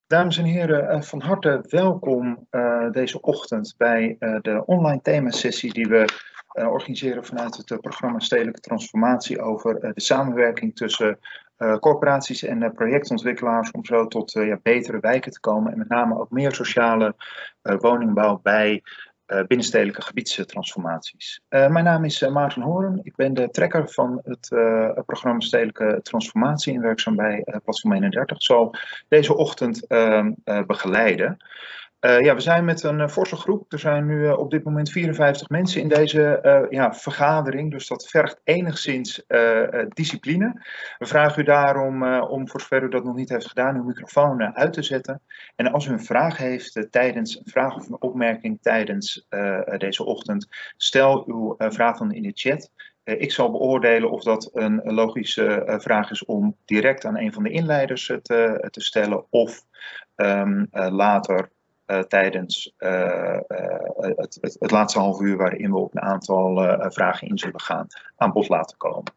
Dames en heren, van harte welkom deze ochtend bij de online themasessie die we organiseren vanuit het programma Stedelijke Transformatie over de samenwerking tussen corporaties en projectontwikkelaars om zo tot betere wijken te komen en met name ook meer sociale woningbouw bij binnenstedelijke gebiedstransformaties. Mijn naam is Maarten Hoorn. Ik ben de trekker van het programma Stedelijke Transformatie en werkzaam bij Platform 31. Ik zal deze ochtend begeleiden. We zijn met een forse groep. Er zijn nu op dit moment 54 mensen in deze vergadering. Dus dat vergt enigszins discipline. We vragen u daarom, om voor zover u dat nog niet heeft gedaan, uw microfoon uit te zetten. En als u een vraag heeft een vraag of een opmerking tijdens deze ochtend, stel uw vraag dan in de chat. Ik zal beoordelen of dat een logische vraag is om direct aan een van de inleiders te stellen of later tijdens het laatste half uur waarin we op een aantal vragen in zullen gaan aan bod laten komen.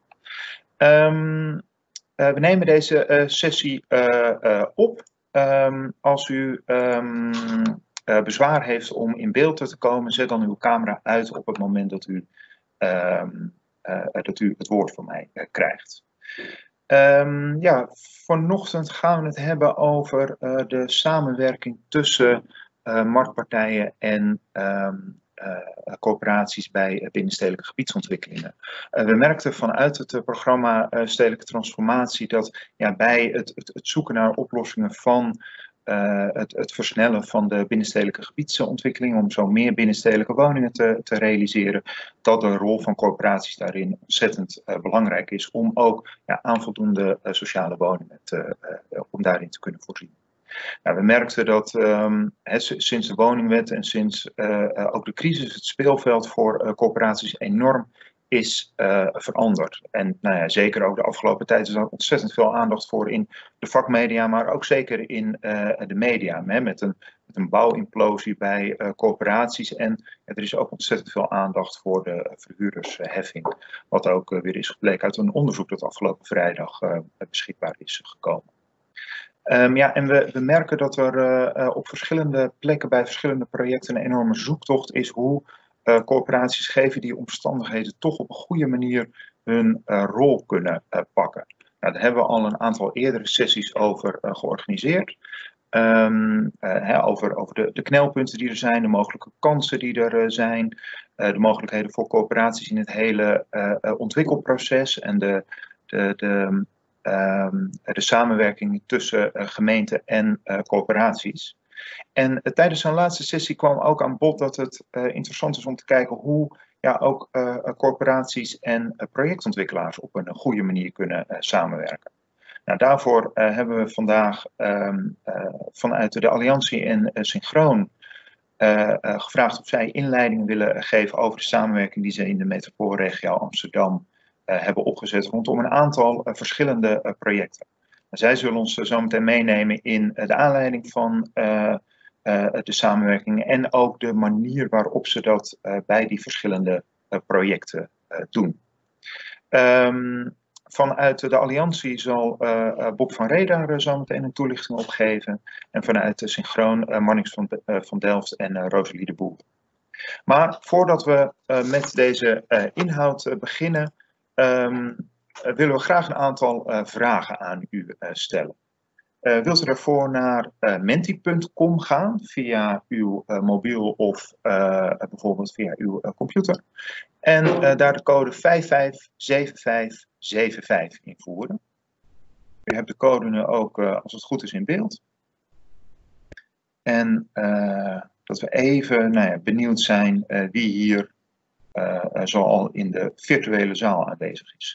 We nemen deze sessie op. Als u bezwaar heeft om in beeld te komen, zet dan uw camera uit op het moment dat u het woord van mij krijgt. Vanochtend gaan we het hebben over de samenwerking tussen marktpartijen en corporaties bij binnenstedelijke gebiedsontwikkelingen. We merkten vanuit het programma Stedelijke Transformatie dat bij het zoeken naar oplossingen van het versnellen van de binnenstedelijke gebiedsontwikkeling om zo meer binnenstedelijke woningen te realiseren, dat de rol van corporaties daarin ontzettend belangrijk is om ook aan voldoende sociale woningen om daarin te kunnen voorzien. Nou, we merkten dat sinds de woningwet en sinds ook de crisis het speelveld voor corporaties enorm is veranderd. En zeker ook de afgelopen tijd is er ontzettend veel aandacht voor in de vakmedia, maar ook zeker in de media. Met een bouwimplosie bij corporaties. En er is ook ontzettend veel aandacht voor de verhuurdersheffing. Wat ook weer is gebleken uit een onderzoek dat afgelopen vrijdag beschikbaar is gekomen. En we merken dat er op verschillende plekken bij verschillende projecten een enorme zoektocht is hoe corporaties geven die omstandigheden toch op een goede manier hun rol kunnen pakken. Nou, daar hebben we al een aantal eerdere sessies over georganiseerd. Over de knelpunten die er zijn, de mogelijke kansen die er zijn, de mogelijkheden voor corporaties in het hele ontwikkelproces en de samenwerking tussen gemeenten en corporaties. En tijdens zo'n laatste sessie kwam ook aan bod dat het interessant is om te kijken hoe ook corporaties en projectontwikkelaars op een goede manier kunnen samenwerken. Nou, daarvoor hebben we vandaag vanuit de Alliantie en Synchroon gevraagd of zij inleiding willen geven over de samenwerking die ze in de metropoolregio Amsterdam hebben opgezet rondom een aantal verschillende projecten. Zij zullen ons zo meteen meenemen in de aanleiding van de samenwerking en ook de manier waarop ze dat bij die verschillende projecten doen. Vanuit de Alliantie zal Bob van Reda zo meteen een toelichting opgeven. En vanuit de Synchroon Marnix van Delft en Rosalie de Boer. Maar voordat we met deze inhoud beginnen, willen we graag een aantal vragen aan u stellen. Wilt u daarvoor naar menti.com gaan via uw mobiel of bijvoorbeeld via uw computer. En daar de code 557575 invoeren. U hebt de code nu ook, als het goed is, in beeld. En dat we even benieuwd zijn wie hier zoal in de virtuele zaal aanwezig is.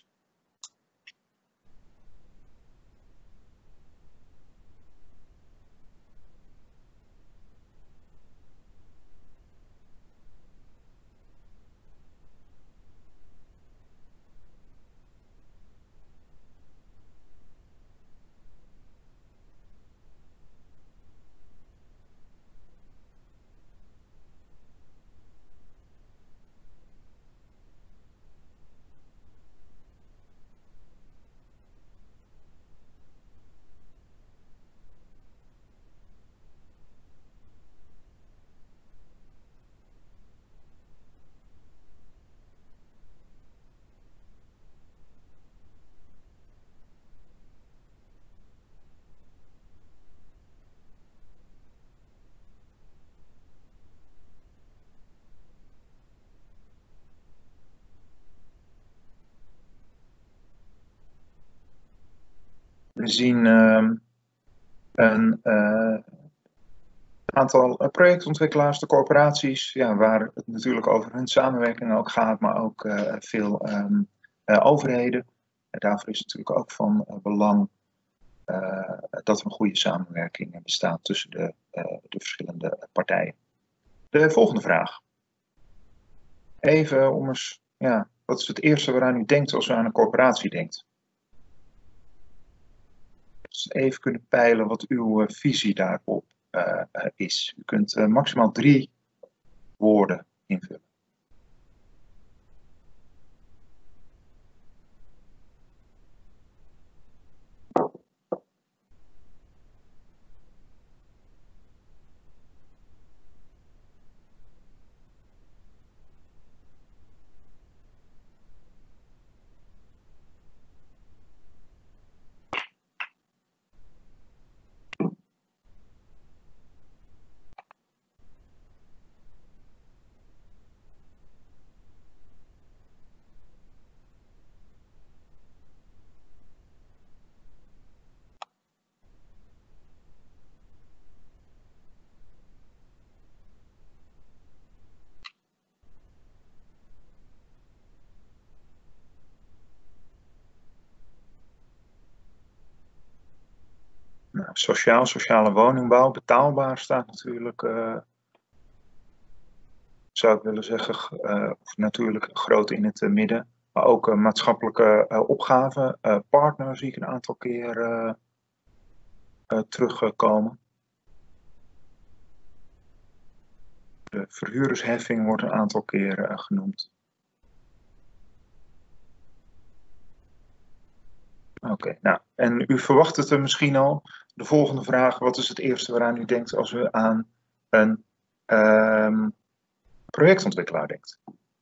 We zien een aantal projectontwikkelaars, de corporaties, ja, waar het natuurlijk over hun samenwerking ook gaat, maar ook veel overheden. En daarvoor is het natuurlijk ook van belang dat er een goede samenwerking bestaat tussen de verschillende partijen. De volgende vraag. Even om eens, ja, wat is het eerste waaraan u denkt als u aan een corporatie denkt? Dus even kunnen peilen wat uw visie daarop is. U kunt maximaal 3 woorden invullen. Nou, sociale woningbouw, betaalbaar staat natuurlijk, zou ik willen zeggen, natuurlijk groot in het midden. Maar ook maatschappelijke opgaven, partner zie ik een aantal keer terugkomen. De verhuurdersheffing wordt een aantal keer genoemd. Oké, nou, en u verwacht het er misschien al. De volgende vraag, wat is het eerste waaraan u denkt als u aan een projectontwikkelaar denkt?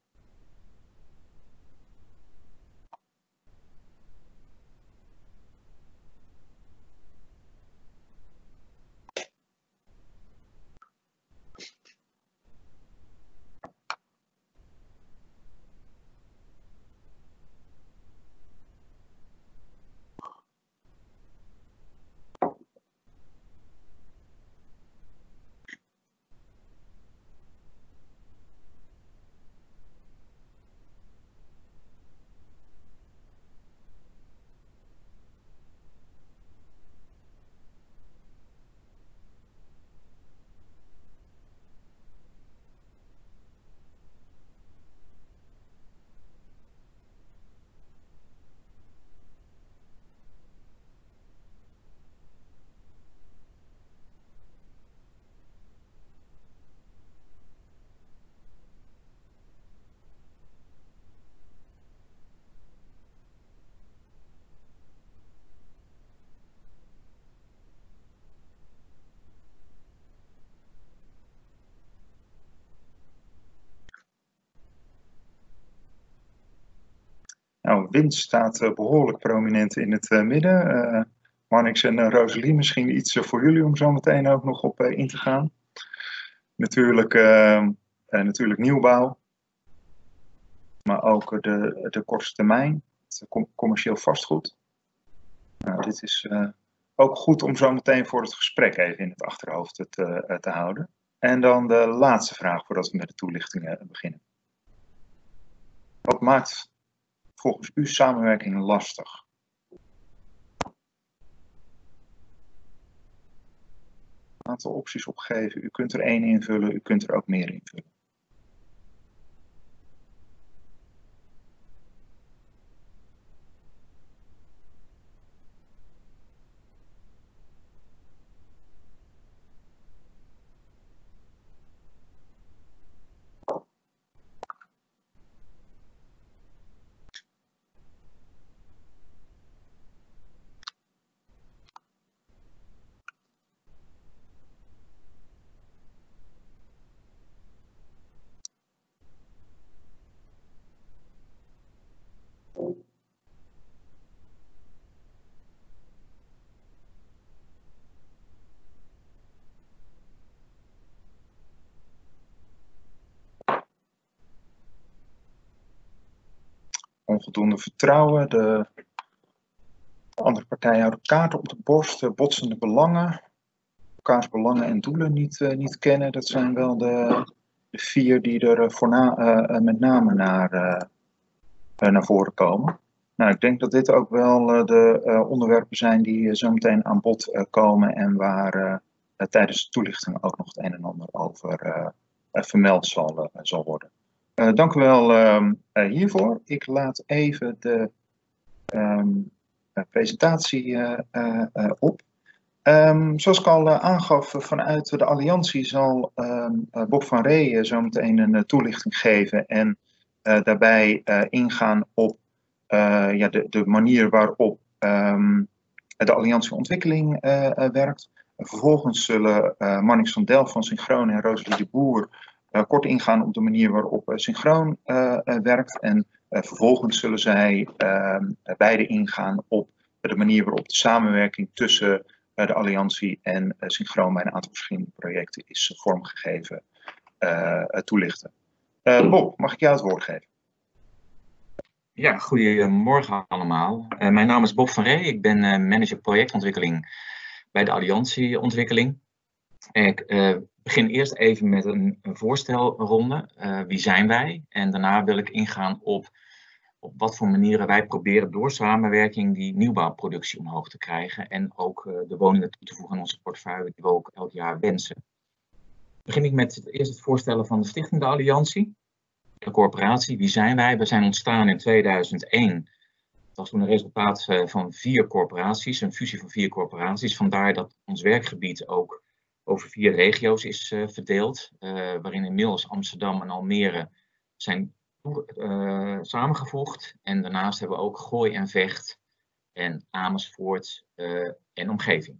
Nou, winst staat behoorlijk prominent in het midden. Marnix en Rosalie, misschien iets voor jullie om zo meteen ook nog op in te gaan. Natuurlijk nieuwbouw, maar ook de korte termijn, het commercieel vastgoed. Nou, dit is ook goed om zo meteen voor het gesprek even in het achterhoofd te houden. En dan de laatste vraag voordat we met de toelichtingen beginnen. Wat maakt volgens u samenwerking lastig? Een aantal opties opgeven. U kunt er 1 invullen, u kunt er ook meer invullen. Onvoldoende vertrouwen, de Andere partijen houden kaarten op de borst, botsende belangen, elkaars belangen en doelen niet kennen. Dat zijn wel de 4 die er met name naar voren komen. Nou, ik denk dat dit ook wel de onderwerpen zijn die zo meteen aan bod komen en waar tijdens de toelichting ook nog het een en ander over vermeld zal worden. Dank u wel hiervoor. Ik laat even de presentatie op. Zoals ik al aangaf, vanuit de Alliantie zal Bob van Ree zo meteen een toelichting geven en daarbij ingaan op de manier waarop de Alliantie Ontwikkeling werkt. Vervolgens zullen Marnix van Delft van Synchroon en Rosalie de Boer kort ingaan op de manier waarop Synchroon werkt. En vervolgens zullen zij beide ingaan op de manier waarop de samenwerking tussen de Alliantie en Synchroon bij een aantal verschillende projecten is vormgegeven toelichten. Bob, mag ik jou het woord geven? Ja, goedemorgen allemaal. Mijn naam is Bob van Ree. Ik ben manager projectontwikkeling bij de Alliantie Ontwikkeling. Ik begin eerst even met een voorstelronde. Wie zijn wij? En daarna wil ik ingaan op wat voor manieren wij proberen door samenwerking die nieuwbouwproductie omhoog te krijgen. En ook de woningen toe te voegen aan onze portefeuille die we ook elk jaar wensen. Begin ik met eerst het voorstellen van de Stichting de Alliantie. De corporatie, wie zijn wij? We zijn ontstaan in 2001. Dat was toen een resultaat van 4 corporaties, een fusie van 4 corporaties. Vandaar dat ons werkgebied ook over 4 regio's is verdeeld. Waarin inmiddels Amsterdam en Almere zijn samengevoegd. En daarnaast hebben we ook Gooi en Vecht en Amersfoort en omgeving.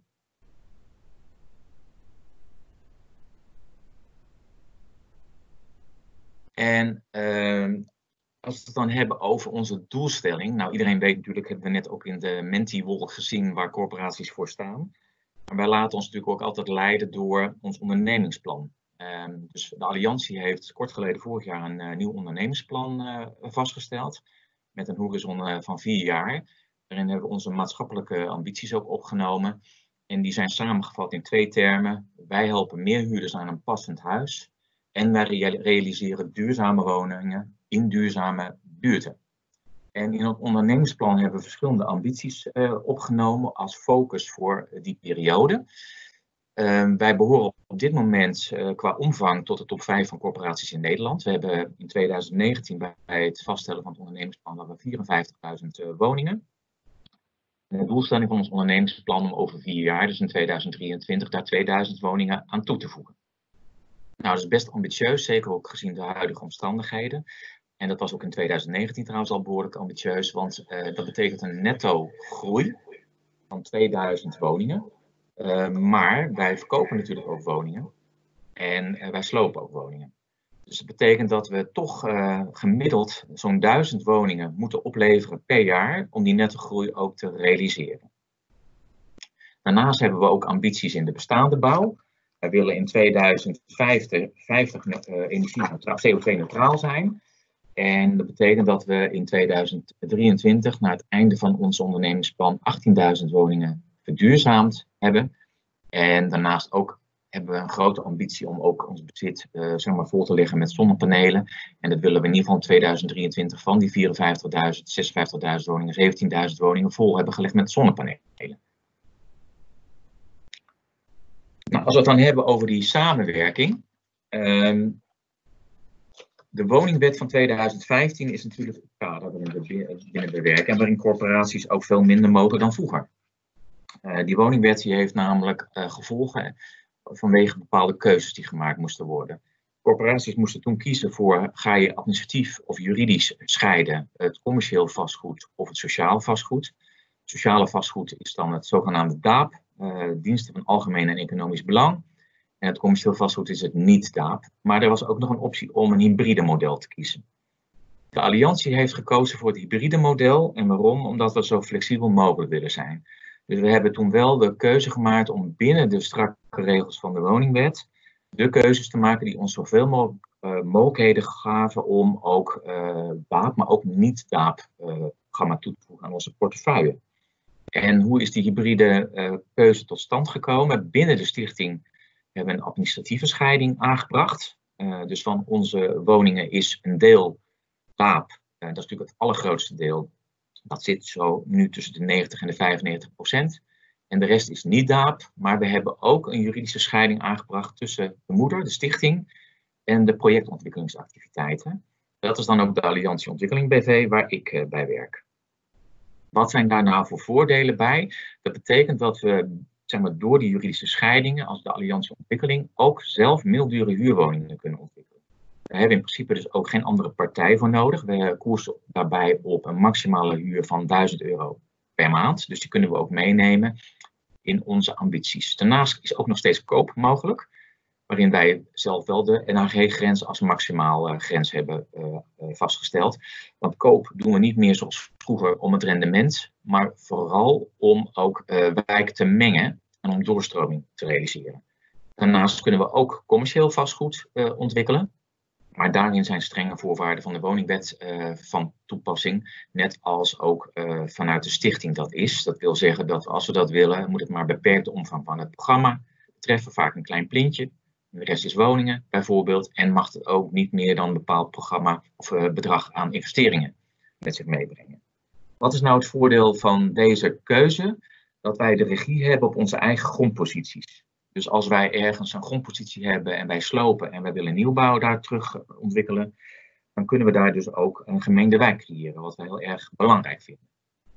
En als we het dan hebben over onze doelstelling. Nou, iedereen weet natuurlijk, hebben we net ook in de Mentiwolk gezien waar corporaties voor staan. Maar wij laten ons natuurlijk ook altijd leiden door ons ondernemingsplan. Dus de Alliantie heeft kort geleden vorig jaar een nieuw ondernemingsplan vastgesteld. Met een horizon van 4 jaar. Daarin hebben we onze maatschappelijke ambities ook opgenomen. En die zijn samengevat in 2 termen. Wij helpen meer huurders aan een passend huis. En wij realiseren duurzame woningen in duurzame buurten. En in het ondernemingsplan hebben we verschillende ambities opgenomen als focus voor die periode. Wij behoren op dit moment qua omvang tot de top 5 van corporaties in Nederland. We hebben in 2019 bij het vaststellen van het ondernemingsplan 54.000 woningen. En de doelstelling van ons ondernemingsplan om over 4 jaar, dus in 2023, daar 2000 woningen aan toe te voegen. Nou, dat is best ambitieus, zeker ook gezien de huidige omstandigheden. En dat was ook in 2019 trouwens al behoorlijk ambitieus, want dat betekent een netto groei van 2000 woningen. Maar wij verkopen natuurlijk ook woningen en wij slopen ook woningen. Dus dat betekent dat we toch gemiddeld zo'n 1000 woningen moeten opleveren per jaar om die netto groei ook te realiseren. Daarnaast hebben we ook ambities in de bestaande bouw. Wij willen in 2050 CO2-neutraal zijn. En dat betekent dat we in 2023, na het einde van ons ondernemingsplan, 18.000 woningen verduurzaamd hebben. En daarnaast ook hebben we een grote ambitie om ook ons bezit vol te leggen met zonnepanelen. En dat willen we in ieder geval in 2023 van die 54.000, 56.000 woningen, 17.000 woningen vol hebben gelegd met zonnepanelen. Nou, als we het dan hebben over die samenwerking. De woningwet van 2015 is natuurlijk het kader waarin we werken en waarin corporaties ook veel minder mogen dan vroeger. Die woningwet heeft namelijk gevolgen vanwege bepaalde keuzes die gemaakt moesten worden. Corporaties moesten toen kiezen voor: ga je administratief of juridisch scheiden het commercieel vastgoed of het sociaal vastgoed. Het sociale vastgoed is dan het zogenaamde DAAP, diensten van algemeen en economisch belang. En het commercieel vastgoed is het niet-DAAP. Maar er was ook nog een optie om een hybride model te kiezen. De Alliantie heeft gekozen voor het hybride model. En waarom? Omdat we zo flexibel mogelijk willen zijn. Dus we hebben toen wel de keuze gemaakt om binnen de strakke regels van de woningwet de keuzes te maken die ons zoveel mogelijk mogelijkheden gaven om ook DAAP, maar ook niet-DAAP programma toe te voegen aan onze portefeuille. En hoe is die hybride keuze tot stand gekomen? Binnen de stichting hebben we een administratieve scheiding aangebracht. Dus van onze woningen is een deel LAAP. Dat is natuurlijk het allergrootste deel. Dat zit zo nu tussen de 90 en de 95%. En de rest is niet DAAP. Maar we hebben ook een juridische scheiding aangebracht tussen de moeder, de stichting, en de projectontwikkelingsactiviteiten. Dat is dan ook de Alliantie Ontwikkeling BV, waar ik bij werk. Wat zijn daar nou voor voordelen bij? Dat betekent dat we, zeg maar, door die juridische scheidingen als de Alliantie Ontwikkeling ook zelf middeldure huurwoningen kunnen ontwikkelen. Daar hebben we in principe dus ook geen andere partij voor nodig. We koersen daarbij op een maximale huur van €1000 per maand. Dus die kunnen we ook meenemen in onze ambities. Daarnaast is ook nog steeds koop mogelijk, waarin wij zelf wel de NHG-grens als maximaal grens hebben vastgesteld. Want koop doen we niet meer zoals vroeger om het rendement, maar vooral om ook wijk te mengen en om doorstroming te realiseren. Daarnaast kunnen we ook commercieel vastgoed ontwikkelen. Maar daarin zijn strenge voorwaarden van de woningwet van toepassing, net als ook vanuit de stichting dat is. Dat wil zeggen dat als we dat willen, moet het maar beperkte omvang van het programma betreffen, vaak een klein plintje. De rest is woningen bijvoorbeeld en mag het ook niet meer dan een bepaald programma of bedrag aan investeringen met zich meebrengen. Wat is nou het voordeel van deze keuze? Dat wij de regie hebben op onze eigen grondposities. Dus als wij ergens een grondpositie hebben en wij slopen en wij willen nieuwbouw daar terug ontwikkelen, dan kunnen we daar dus ook een gemengde wijk creëren, wat wij heel erg belangrijk vinden.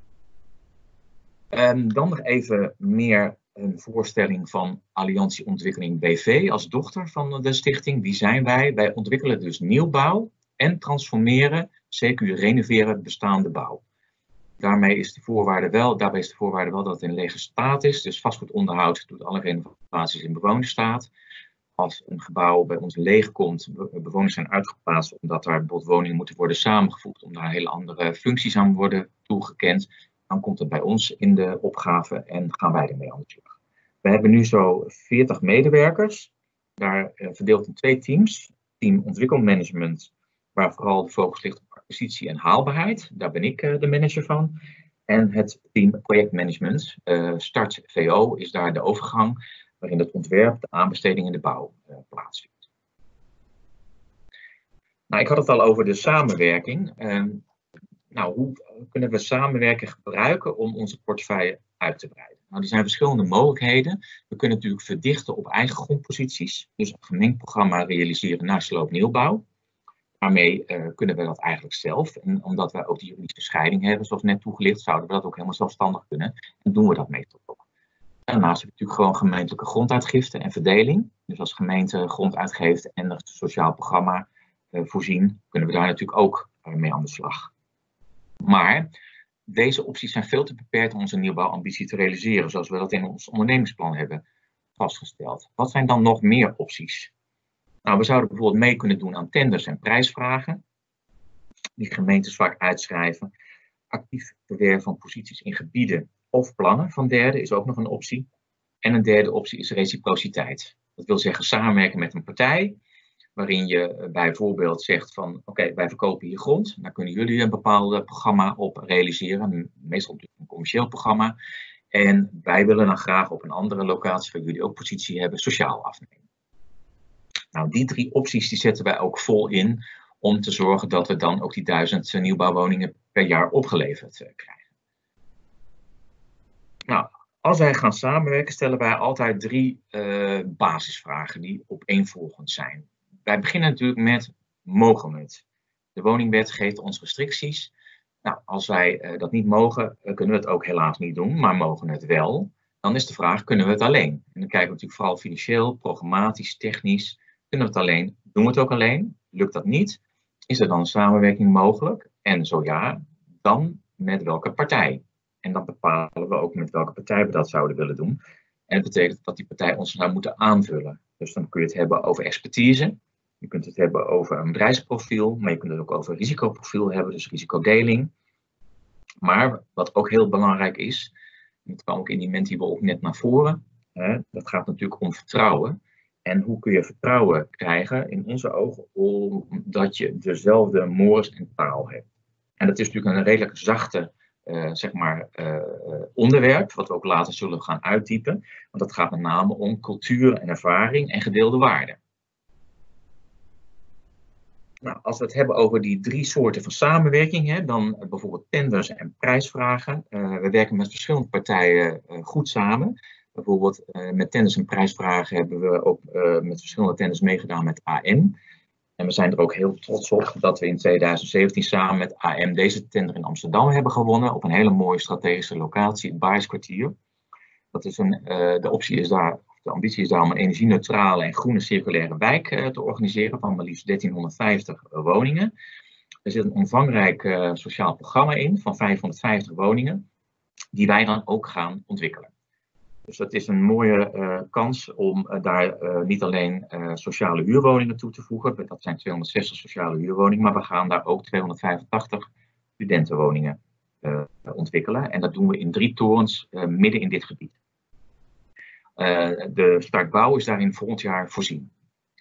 Dan nog even meer een voorstelling van Alliantie Ontwikkeling BV als dochter van de stichting. Wie zijn wij? Wij ontwikkelen dus nieuwbouw en transformeren, CQ renoveren bestaande bouw. Daarbij is de voorwaarde wel dat het in lege staat is. Dus vastgoedonderhoud doet alle renovaties in bewoonde staat. Als een gebouw bij ons leeg komt, bewoners zijn uitgeplaatst omdat daar bijvoorbeeld woningen moeten worden samengevoegd, om daar hele andere functies aan worden toegekend, dan komt het bij ons in de opgave en gaan wij ermee aan de slag. We hebben nu zo 40 medewerkers, daar verdeeld in 2 teams. Team ontwikkelmanagement, waar vooral de focus ligt op acquisitie en haalbaarheid. Daar ben ik de manager van. En het team projectmanagement, Start VO, is daar de overgang waarin het ontwerp, de aanbesteding en de bouw plaatsvindt. Nou, ik had het al over de samenwerking. Nou, hoe kunnen we samenwerking gebruiken om onze portefeuille uit te breiden? Nou, er zijn verschillende mogelijkheden. We kunnen natuurlijk verdichten op eigen grondposities. Dus een gemengd programma realiseren naar sloopnieuwbouw. Daarmee kunnen we dat eigenlijk zelf. En omdat wij ook die juridische scheiding hebben, zoals net toegelicht, zouden we dat ook helemaal zelfstandig kunnen. En doen we dat meestal ook. Daarnaast hebben we natuurlijk gewoon gemeentelijke gronduitgifte en verdeling. Dus als gemeente grond uitgeeft en er een sociaal programma voorzien, kunnen we daar natuurlijk ook mee aan de slag. Maar deze opties zijn veel te beperkt om onze nieuwbouwambitie te realiseren, zoals we dat in ons ondernemingsplan hebben vastgesteld. Wat zijn dan nog meer opties? Nou, we zouden bijvoorbeeld mee kunnen doen aan tenders en prijsvragen, die gemeentes vaak uitschrijven. Actief verwerven van posities in gebieden of plannen van derden is ook nog een optie. En een derde optie is reciprociteit. Dat wil zeggen samenwerken met een partij, waarin je bijvoorbeeld zegt van oké, wij verkopen hier grond, dan kunnen jullie een bepaald programma op realiseren, meestal natuurlijk een commercieel programma. En wij willen dan graag op een andere locatie waar jullie ook positie hebben, sociaal afnemen. Nou, die 3 opties die zetten wij ook vol in om te zorgen dat we dan ook die 1000 nieuwbouwwoningen per jaar opgeleverd krijgen. Nou, als wij gaan samenwerken stellen wij altijd 3 basisvragen die opeenvolgend zijn. Wij beginnen natuurlijk met, mogen we het? De woningwet geeft ons restricties. Nou, als wij dat niet mogen, kunnen we het ook helaas niet doen, maar mogen we het wel? Dan is de vraag, kunnen we het alleen? En dan kijken we natuurlijk vooral financieel, programmatisch, technisch. Kunnen we het alleen? Doen we het ook alleen? Lukt dat niet? Is er dan samenwerking mogelijk? En zo ja, dan met welke partij? En dan bepalen we ook met welke partij we dat zouden willen doen. En dat betekent dat die partij ons zou moeten aanvullen. Dus dan kun je het hebben over expertise. Je kunt het hebben over een bedrijfsprofiel, maar je kunt het ook over een risicoprofiel hebben, dus risicodeling. Maar wat ook heel belangrijk is, en dat kwam ook in die Mentiwolk net naar voren, dat gaat natuurlijk om vertrouwen. En hoe kun je vertrouwen krijgen, in onze ogen, omdat je dezelfde mores en taal hebt. En dat is natuurlijk een redelijk zachte onderwerp, wat we ook later zullen gaan uitdiepen. Want dat gaat met name om cultuur en ervaring en gedeelde waarden. Nou, als we het hebben over die 3 soorten van samenwerking, dan bijvoorbeeld tenders en prijsvragen. We werken met verschillende partijen goed samen. Bijvoorbeeld met tenders en prijsvragen hebben we ook met verschillende tenders meegedaan met AM. En we zijn er ook heel trots op dat we in 2017 samen met AM deze tender in Amsterdam hebben gewonnen. Op een hele mooie strategische locatie, het Baaienskwartier. Dat is de ambitie is daar om een energie-neutrale en groene circulaire wijk te organiseren van maar liefst 1350 woningen. Er zit een omvangrijk sociaal programma in van 550 woningen, die wij dan ook gaan ontwikkelen. Dus dat is een mooie kans om daar niet alleen sociale huurwoningen toe te voegen. Dat zijn 260 sociale huurwoningen, maar we gaan daar ook 285 studentenwoningen ontwikkelen. En dat doen we in 3 torens midden in dit gebied. De startbouw is daarin volgend jaar voorzien.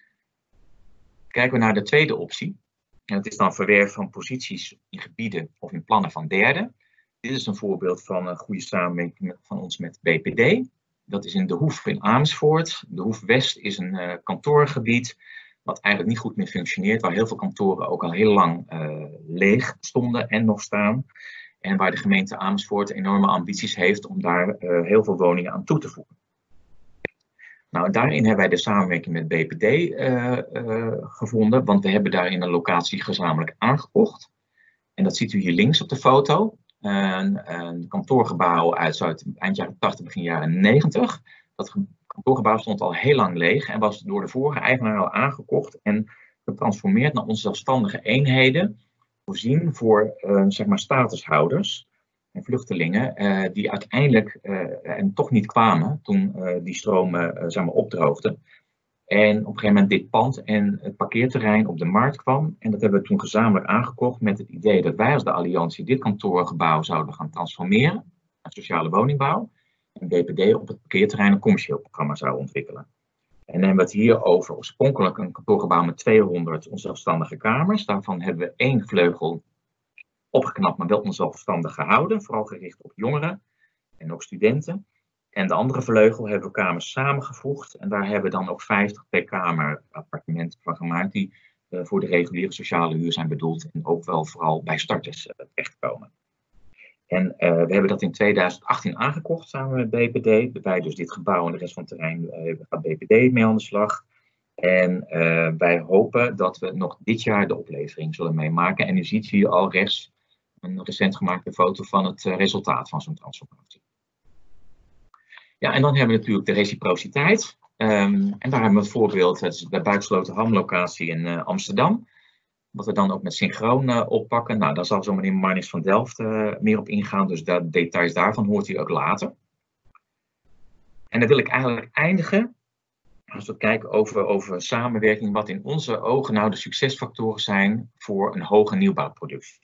Kijken we naar de tweede optie. En dat is dan verwerf van posities in gebieden of in plannen van derden. Dit is een voorbeeld van een goede samenwerking van ons met BPD. Dat is in De Hoef in Amersfoort. De Hoef West is een kantoorgebied wat eigenlijk niet goed meer functioneert. Waar heel veel kantoren ook al heel lang leeg stonden en nog staan. En waar de gemeente Amersfoort enorme ambities heeft om daar heel veel woningen aan toe te voegen. Nou, daarin hebben wij de samenwerking met BPD gevonden, want we hebben daarin een locatie gezamenlijk aangekocht. En dat ziet u hier links op de foto. Een kantoorgebouw uit eind jaren 80, begin jaren 90. Dat kantoorgebouw stond al heel lang leeg en was door de vorige eigenaar al aangekocht en getransformeerd naar onze zelfstandige eenheden, voorzien voor statushouders en vluchtelingen die uiteindelijk en toch niet kwamen toen die stromen opdroogden. En op een gegeven moment dit pand en het parkeerterrein op de markt kwam. En dat hebben we toen gezamenlijk aangekocht met het idee dat wij als de Alliantie dit kantoorgebouw zouden gaan transformeren naar sociale woningbouw. En BPD op het parkeerterrein een commercieel programma zou ontwikkelen. En dan hebben we het hier over oorspronkelijk een kantoorgebouw met 200 onzelfstandige kamers. Daarvan hebben we 1 vleugel opgeknapt, maar wel onzelfstandig gehouden. Vooral gericht op jongeren en ook studenten. En de andere vleugel hebben we kamers samengevoegd. En daar hebben we dan ook 50 per kamer appartementen van gemaakt. Die voor de reguliere sociale huur zijn bedoeld. En ook wel vooral bij starters terechtkomen. En we hebben dat in 2018 aangekocht samen met BPD. Wij dus dit gebouw en de rest van het terrein gaat BPD mee aan de slag. En wij hopen dat we nog dit jaar de oplevering zullen meemaken. En u ziet hier al rechts een recent gemaakte foto van het resultaat van zo'n transformatie. Ja, en dan hebben we natuurlijk de reciprociteit. En daar hebben we het voorbeeld, het is de Buiksloterham locatie in Amsterdam. Wat we dan ook met synchroon oppakken. Nou, daar zal zo meneer Marnix van Delft meer op ingaan. Dus de details daarvan hoort u ook later. En dan wil ik eigenlijk eindigen. Als we kijken over samenwerking. Wat in onze ogen nou de succesfactoren zijn voor een hoge nieuwbouwproductie.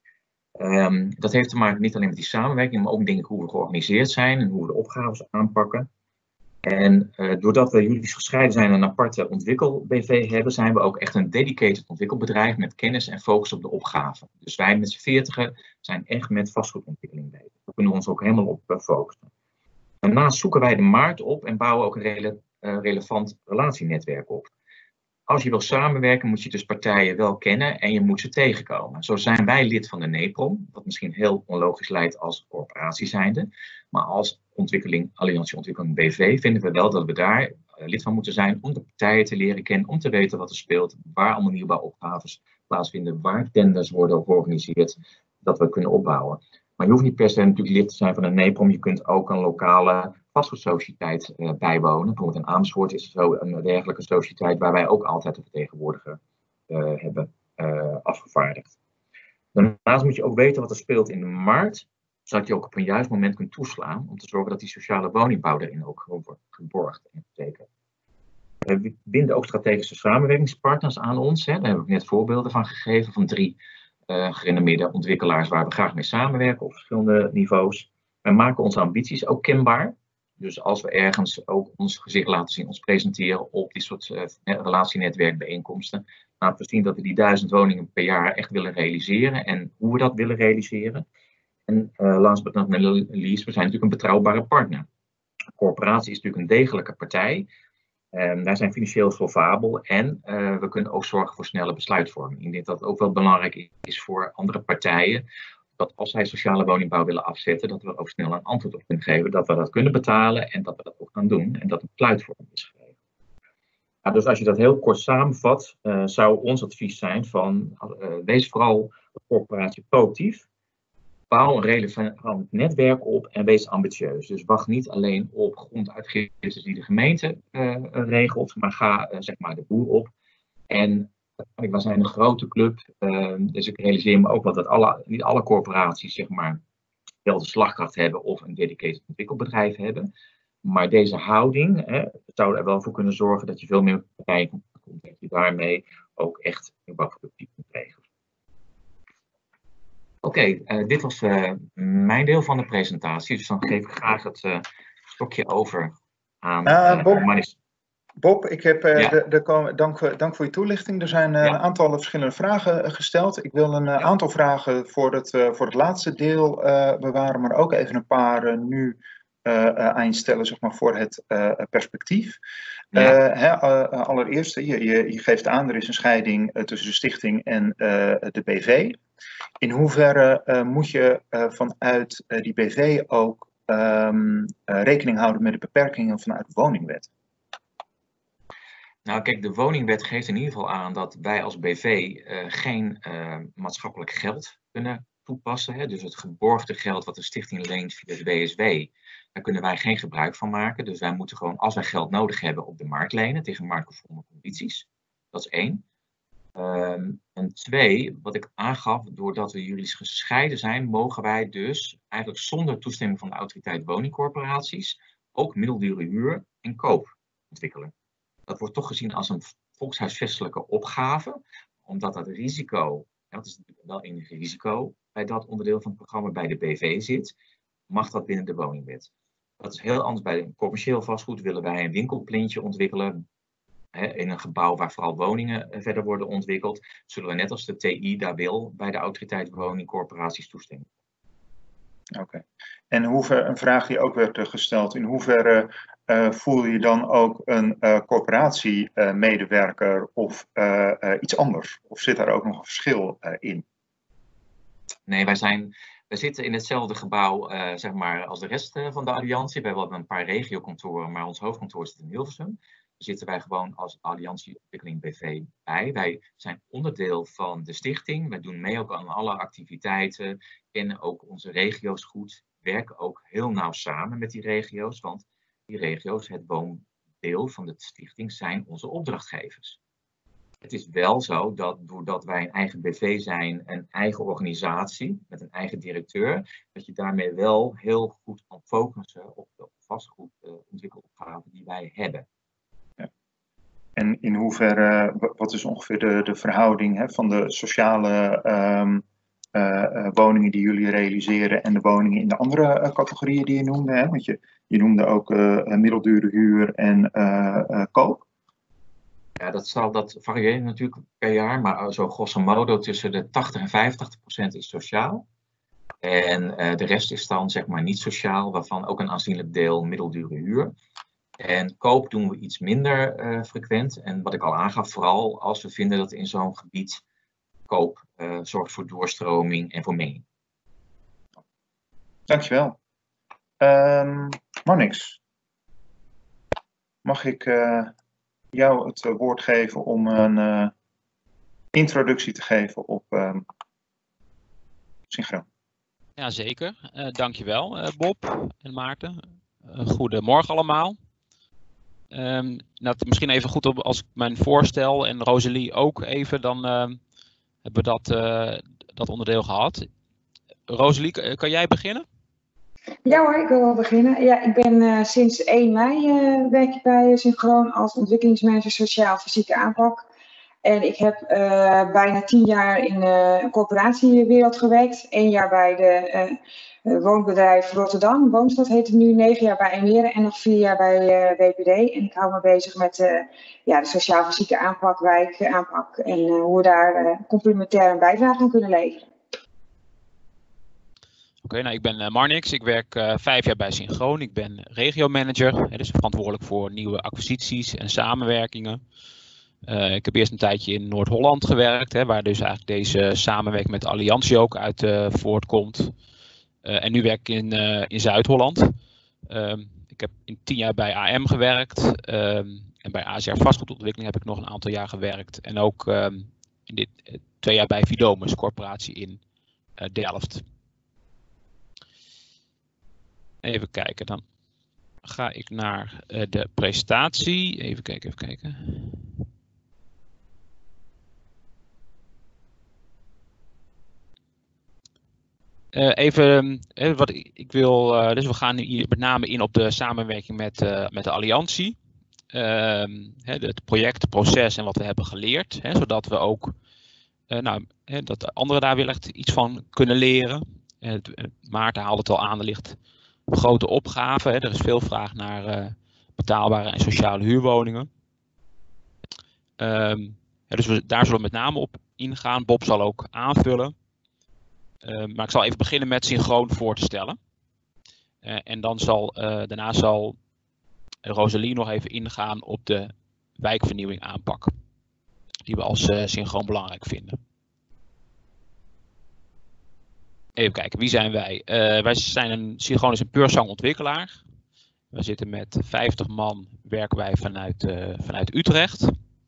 Dat heeft te maken niet alleen met die samenwerking, maar ook denk ik hoe we georganiseerd zijn en hoe we de opgaves aanpakken. En doordat we juridisch gescheiden zijn en een aparte ontwikkel-BV hebben, zijn we ook echt een dedicated ontwikkelbedrijf met kennis en focus op de opgave. Dus wij met z'n 40 zijn echt met vastgoedontwikkeling bezig. Daar kunnen we ons ook helemaal op focussen. Daarnaast zoeken wij de markt op en bouwen ook een relevant relatienetwerk op. Als je wil samenwerken moet je dus partijen wel kennen en je moet ze tegenkomen. Zo zijn wij lid van de NEPROM, wat misschien heel onlogisch lijkt als corporatie zijnde. Maar als Alliantie Ontwikkeling BV vinden we wel dat we daar lid van moeten zijn om de partijen te leren kennen, om te weten wat er speelt, waar allemaal nieuwbouwopgaves plaatsvinden, waar tenders worden georganiseerd, dat we kunnen opbouwen. Maar je hoeft niet per se natuurlijk lid te zijn van een NEPROM, je kunt ook een lokale vastgoedsociëteit bijwonen. Bijvoorbeeld in Amersfoort is er zo een dergelijke sociëteit waar wij ook altijd een vertegenwoordiger hebben afgevaardigd. Daarnaast moet je ook weten wat er speelt in de markt, zodat je ook op een juist moment kunt toeslaan om te zorgen dat die sociale woningbouw erin ook wordt geborgd en verzekerd. We binden ook strategische samenwerkingspartners aan ons. Daar heb ik net voorbeelden van gegeven van 3 gerenommeerde ontwikkelaars waar we graag mee samenwerken op verschillende niveaus. Wij maken onze ambities ook kenbaar. Dus als we ergens ook ons gezicht laten zien, ons presenteren op dit soort relatienetwerkbijeenkomsten, laten we zien dat we die 1000 woningen per jaar echt willen realiseren en hoe we dat willen realiseren. En last but not least, we zijn natuurlijk een betrouwbare partner. Een corporatie is natuurlijk een degelijke partij. Wij zijn financieel solvabel en we kunnen ook zorgen voor snelle besluitvorming. Ik denk dat het ook wel belangrijk is voor andere partijen, dat als zij sociale woningbouw willen afzetten, dat we ook snel een antwoord op kunnen geven, dat we dat kunnen betalen en dat we dat ook gaan doen en dat een besluitvorming is gegeven. Nou, dus als je dat heel kort samenvat, zou ons advies zijn van wees vooral de corporatie proactief. Bouw een relevant netwerk op en wees ambitieus. Dus wacht niet alleen op gronduitgiftes die de gemeente regelt, maar ga zeg maar de boer op. En wij zijn een grote club, dus ik realiseer me ook wel dat niet alle corporaties zeg maar wel de slagkracht hebben of een dedicated ontwikkelbedrijf hebben. Maar deze houding zou er wel voor kunnen zorgen dat je veel meer partijen komt, dat je daarmee ook echt een bouwproductief kunt regelen. Oké, dit was mijn deel van de presentatie, dus dan geef ik graag het stokje over aan Manis. Bob, ik heb, dank voor je toelichting. Er zijn een aantal verschillende vragen gesteld. Ik wil een aantal vragen voor het laatste deel bewaren, maar ook even een paar nu einstellen zeg maar, voor het perspectief. Allereerst, je geeft aan, er is een scheiding tussen de stichting en de BV. In hoeverre moet je vanuit die BV ook rekening houden met de beperkingen vanuit de woningwet? Nou kijk, de woningwet geeft in ieder geval aan dat wij als BV geen maatschappelijk geld kunnen toepassen. Hè? Dus het geborgde geld wat de stichting leent via de WSW, daar kunnen wij geen gebruik van maken. Dus wij moeten gewoon, als wij geld nodig hebben, op de markt lenen tegen marktconforme condities. Dat is 1. En 2, wat ik aangaf, doordat we juridisch gescheiden zijn, mogen wij dus eigenlijk zonder toestemming van de autoriteit woningcorporaties ook middeldure huur en koop ontwikkelen. Dat wordt toch gezien als een volkshuisvestelijke opgave, omdat dat risico, dat is natuurlijk wel een risico, bij dat onderdeel van het programma bij de BV zit, mag dat binnen de woningwet. Dat is heel anders. Bij commercieel vastgoed willen wij een winkelplintje ontwikkelen in een gebouw waar vooral woningen verder worden ontwikkeld. Zullen we net als de TI daar wil bij de autoriteit woningcorporaties toestemmen. Oké. En een vraag die ook werd gesteld, in hoeverre voel je dan ook een corporatiemedewerker of iets anders? Of zit daar ook nog een verschil in? Nee, wij zitten in hetzelfde gebouw zeg maar, als de rest van de alliantie. We hebben wel een paar regiokantoren, maar ons hoofdkantoor zit in Hilversum. Daar zitten wij gewoon als Alliantie Ontwikkeling BV bij. Wij zijn onderdeel van de stichting. Wij doen mee ook aan alle activiteiten. Kennen ook onze regio's goed. Werken ook heel nauw samen met die regio's. Want die regio's, het woondeel van de stichting, zijn onze opdrachtgevers. Het is wel zo dat doordat wij een eigen BV zijn, een eigen organisatie met een eigen directeur, dat je daarmee wel heel goed kan focussen op de vastgoedontwikkelopgave die wij hebben. Ja. En in hoeverre, wat is ongeveer de verhouding van de sociale woningen die jullie realiseren en de woningen in de andere categorieën die je noemde? Hè? Want je noemde ook middeldure huur en koop. Ja, dat varieert natuurlijk per jaar, maar zo grosso modo tussen de 80 en 85% is sociaal. En de rest is dan zeg maar niet sociaal, waarvan ook een aanzienlijk deel middeldure huur. En koop doen we iets minder frequent. En wat ik al aangaf, vooral als we vinden dat in zo'n gebied koop zorgt voor doorstroming en voor menging. Dankjewel. Marnix, mag ik jou het woord geven om een introductie te geven op Synchroon? Ja, zeker. Dankjewel Bob en Maarten. Goedemorgen allemaal. Misschien even goed op als ik mijn voorstel en Rosalie ook even, dan hebben we dat onderdeel gehad. Rosalie, kan jij beginnen? Ja hoor, ik wil wel beginnen. Ja, ik ben sinds 1 mei werk ik bij Synchroon als ontwikkelingsmanager sociaal-fysieke aanpak. En ik heb bijna 10 jaar in de corporatiewereld gewerkt. 1 jaar bij de woonbedrijf Rotterdam, Woonstad heet het nu, 9 jaar bij Emeren en nog 4 jaar bij WPD. En ik hou me bezig met de sociaal-fysieke aanpak, wijkaanpak en hoe we daar complementair een bijdrage aan kunnen leveren. Oké, nou, ik ben Marnix. Ik werk 5 jaar bij Synchroon. Ik ben regiomanager, dus verantwoordelijk voor nieuwe acquisities en samenwerkingen. Ik heb eerst een tijdje in Noord-Holland gewerkt, waar dus eigenlijk deze samenwerking met de Alliantie ook uit voortkomt. En nu werk ik in Zuid-Holland. Ik heb in 10 jaar bij AM gewerkt. En bij ASR Vastgoedontwikkeling heb ik nog een aantal jaar gewerkt. En ook in 2 jaar bij Vidomus Corporatie in Delft. Even kijken, dan ga ik naar de presentatie. Even kijken. Wat ik wil, dus we gaan hier met name in op de samenwerking met de Alliantie. Het project, het proces en wat we hebben geleerd. Zodat we ook, dat de anderen daar weer echt iets van kunnen leren. Maarten haalde het al aan, er ligt een grote opgave. Er is veel vraag naar betaalbare en sociale huurwoningen. Dus daar zullen we met name op ingaan. Bob zal ook aanvullen. Maar ik zal even beginnen met Synchroon voor te stellen. En dan daarna zal Rosalie nog even ingaan op de wijkvernieuwing aanpak. Die we als Synchroon belangrijk vinden. Even kijken, wie zijn wij? Synchroon is een Peursang ontwikkelaar. We zitten met 50 man, werken wij vanuit Utrecht.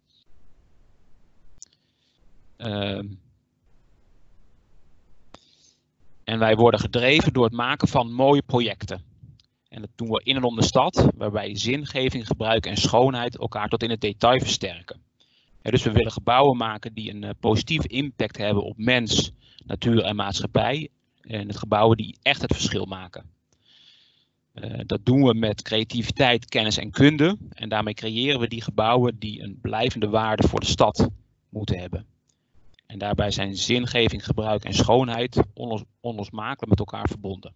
En wij worden gedreven door het maken van mooie projecten. En dat doen we in en om de stad, waarbij zingeving, gebruik en schoonheid elkaar tot in het detail versterken. Dus we willen gebouwen maken die een positieve impact hebben op mens, natuur en maatschappij. En het gebouwen die echt het verschil maken. Dat doen we met creativiteit, kennis en kunde. En daarmee creëren we die gebouwen die een blijvende waarde voor de stad moeten hebben. En daarbij zijn zingeving, gebruik en schoonheid onlosmakelijk met elkaar verbonden.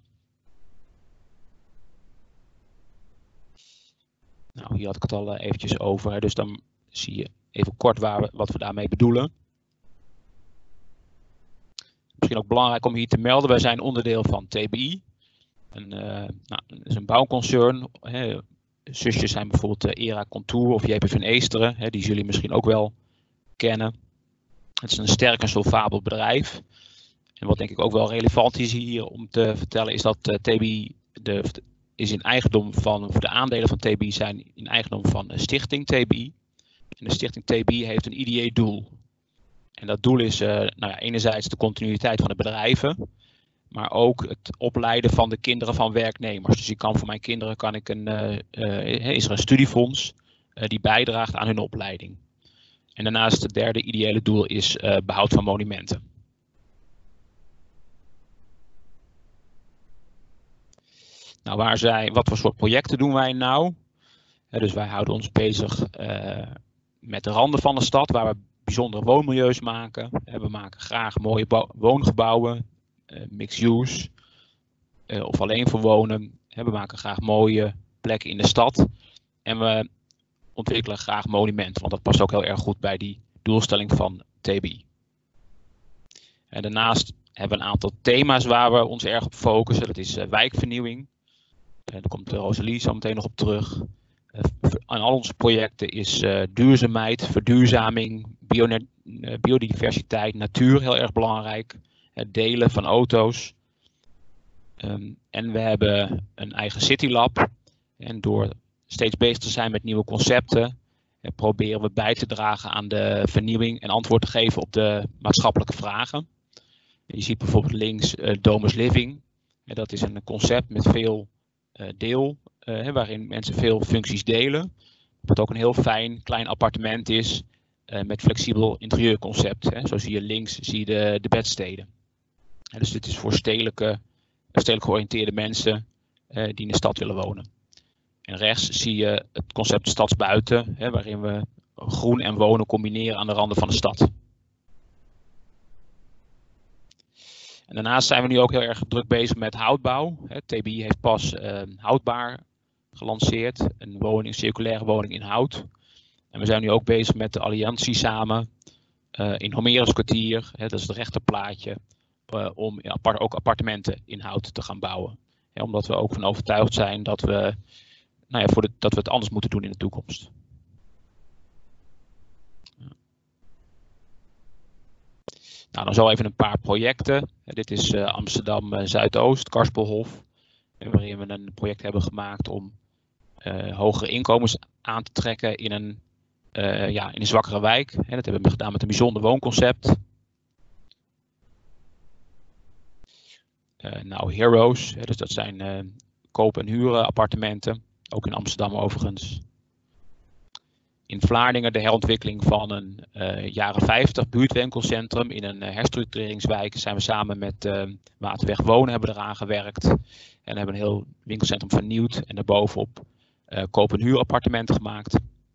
Nou, hier had ik het al eventjes over. Dus dan zie je even kort wat we daarmee bedoelen. Misschien ook belangrijk om hier te melden. Wij zijn onderdeel van TBI. Dat is een bouwconcern. Zusjes zijn bijvoorbeeld ERA Contour of JP van Eesteren. Die jullie misschien ook wel kennen. Het is een sterk en solvabel bedrijf. En wat denk ik ook wel relevant is hier om te vertellen is dat TBI is in eigendom voor de aandelen van TBI zijn in eigendom van de stichting TBI. En de stichting TBI heeft een IDA-doel. En dat doel is enerzijds de continuïteit van de bedrijven, maar ook het opleiden van de kinderen van werknemers. Dus voor mijn kinderen is er een studiefonds die bijdraagt aan hun opleiding. En daarnaast het derde ideële doel is behoud van monumenten. Nou, wat voor soort projecten doen wij nou? Dus wij houden ons bezig met de randen van de stad, waar we bijzondere woonmilieus maken. We maken graag mooie woongebouwen, mixed use of alleen voor wonen. We maken graag mooie plekken in de stad. En we ontwikkelen graag monumenten, want dat past ook heel erg goed bij die doelstelling van TBI. En daarnaast hebben we een aantal thema's waar we ons erg op focussen. Dat is wijkvernieuwing. Daar komt Rosalie zo meteen nog op terug. Aan al onze projecten is duurzaamheid, verduurzaming, biodiversiteit, natuur heel erg belangrijk. Het delen van auto's. En we hebben een eigen CityLab. En door steeds bezig te zijn met nieuwe concepten, proberen we bij te dragen aan de vernieuwing en antwoord te geven op de maatschappelijke vragen. Je ziet bijvoorbeeld links Domus Living. Dat is een concept met veel waarin mensen veel functies delen. Wat ook een heel fijn klein appartement is met flexibel interieurconcept. Zo zie je links de bedsteden. Dus dit is voor stedelijk georiënteerde mensen die in de stad willen wonen. En rechts zie je het concept stadsbuiten, waarin we groen en wonen combineren aan de randen van de stad. En daarnaast zijn we nu ook heel erg druk bezig met houtbouw. TBI heeft pas houtbaar gelanceerd, een circulaire woning in hout. En we zijn nu ook bezig met de Alliantie samen in Homerus Kwartier, dat is het rechterplaatje, om ook appartementen in hout te gaan bouwen. Ja, omdat we ook van overtuigd zijn dat we, dat we het anders moeten doen in de toekomst. Nou, dan zo even een paar projecten. Dit is Amsterdam Zuidoost, Karspelhof. Waarin we een project hebben gemaakt om hogere inkomens aan te trekken in een zwakkere wijk. Dat hebben we gedaan met een bijzonder woonconcept. Heroes, dus dat zijn koop- en huren appartementen. Ook in Amsterdam overigens. In Vlaardingen de herontwikkeling van een jaren 50 buurtwinkelcentrum in een herstructureringswijk. Zijn we samen met Waterweg Wonen hebben eraan gewerkt. En hebben een heel winkelcentrum vernieuwd en daarbovenop koop- en huurappartementen gemaakt.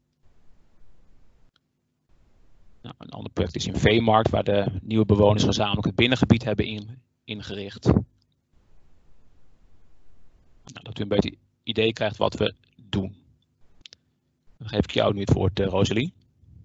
Nou, een ander project is in Veemarkt, waar de nieuwe bewoners gezamenlijk het binnengebied hebben ingericht. Nou, dat u een beetje idee krijgt wat we doen. Dan geef ik jou nu het woord, Rosalie.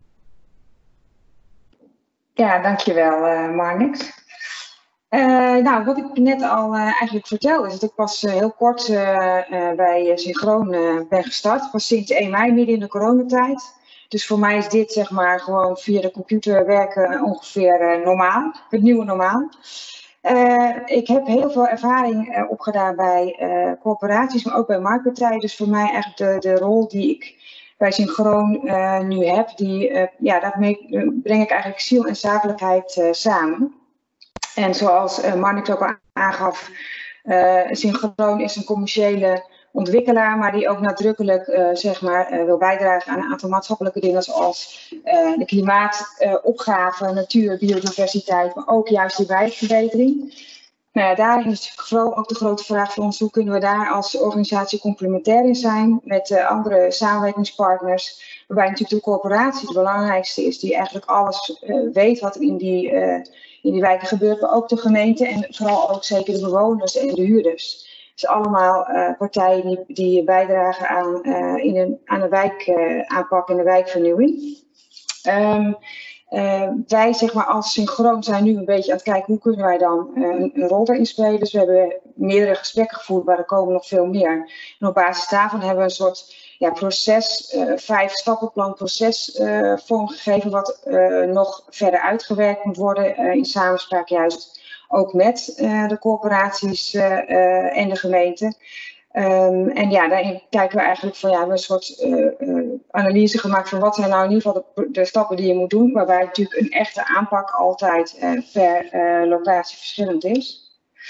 Ja, dankjewel Marnix. Nou, wat ik net al eigenlijk vertelde, is dat ik pas heel kort bij Synchroon ben gestart. Pas sinds 1 mei, midden in de coronatijd. Dus voor mij is dit zeg maar gewoon via de computer werken ongeveer normaal, het nieuwe normaal. Ik heb heel veel ervaring opgedaan bij corporaties, maar ook bij marktpartijen. Dus voor mij eigenlijk de rol die ik bij Synchroon nu heb, daarmee breng ik eigenlijk ziel en zakelijkheid samen. En zoals Marnix ook al aangaf, Synchroon is een commerciële ontwikkelaar, maar die ook nadrukkelijk wil bijdragen aan een aantal maatschappelijke dingen zoals de klimaatopgave, natuur, biodiversiteit, maar ook juist die wijkverbetering. Nou ja, daarin is vooral ook de grote vraag voor ons, hoe kunnen we daar als organisatie complementair in zijn met andere samenwerkingspartners, waarbij natuurlijk de corporatie de belangrijkste is, die eigenlijk alles weet wat in die wijken gebeurt, maar ook de gemeente en vooral ook zeker de bewoners en de huurders. Dus allemaal partijen die bijdragen aan de wijkaanpak en de wijkvernieuwing. Wij zeg maar als Synchroon zijn nu een beetje aan het kijken hoe kunnen wij dan een rol daarin spelen. Dus we hebben meerdere gesprekken gevoerd, maar er komen nog veel meer. En op basis daarvan hebben we een soort proces, 5-stappenplan proces vormgegeven wat nog verder uitgewerkt moet worden in samenspraak juist ook met de corporaties en de gemeente. Daarin kijken we eigenlijk van we hebben een soort analyse gemaakt van wat zijn nou in ieder geval de stappen die je moet doen, waarbij natuurlijk een echte aanpak altijd per locatie verschillend is.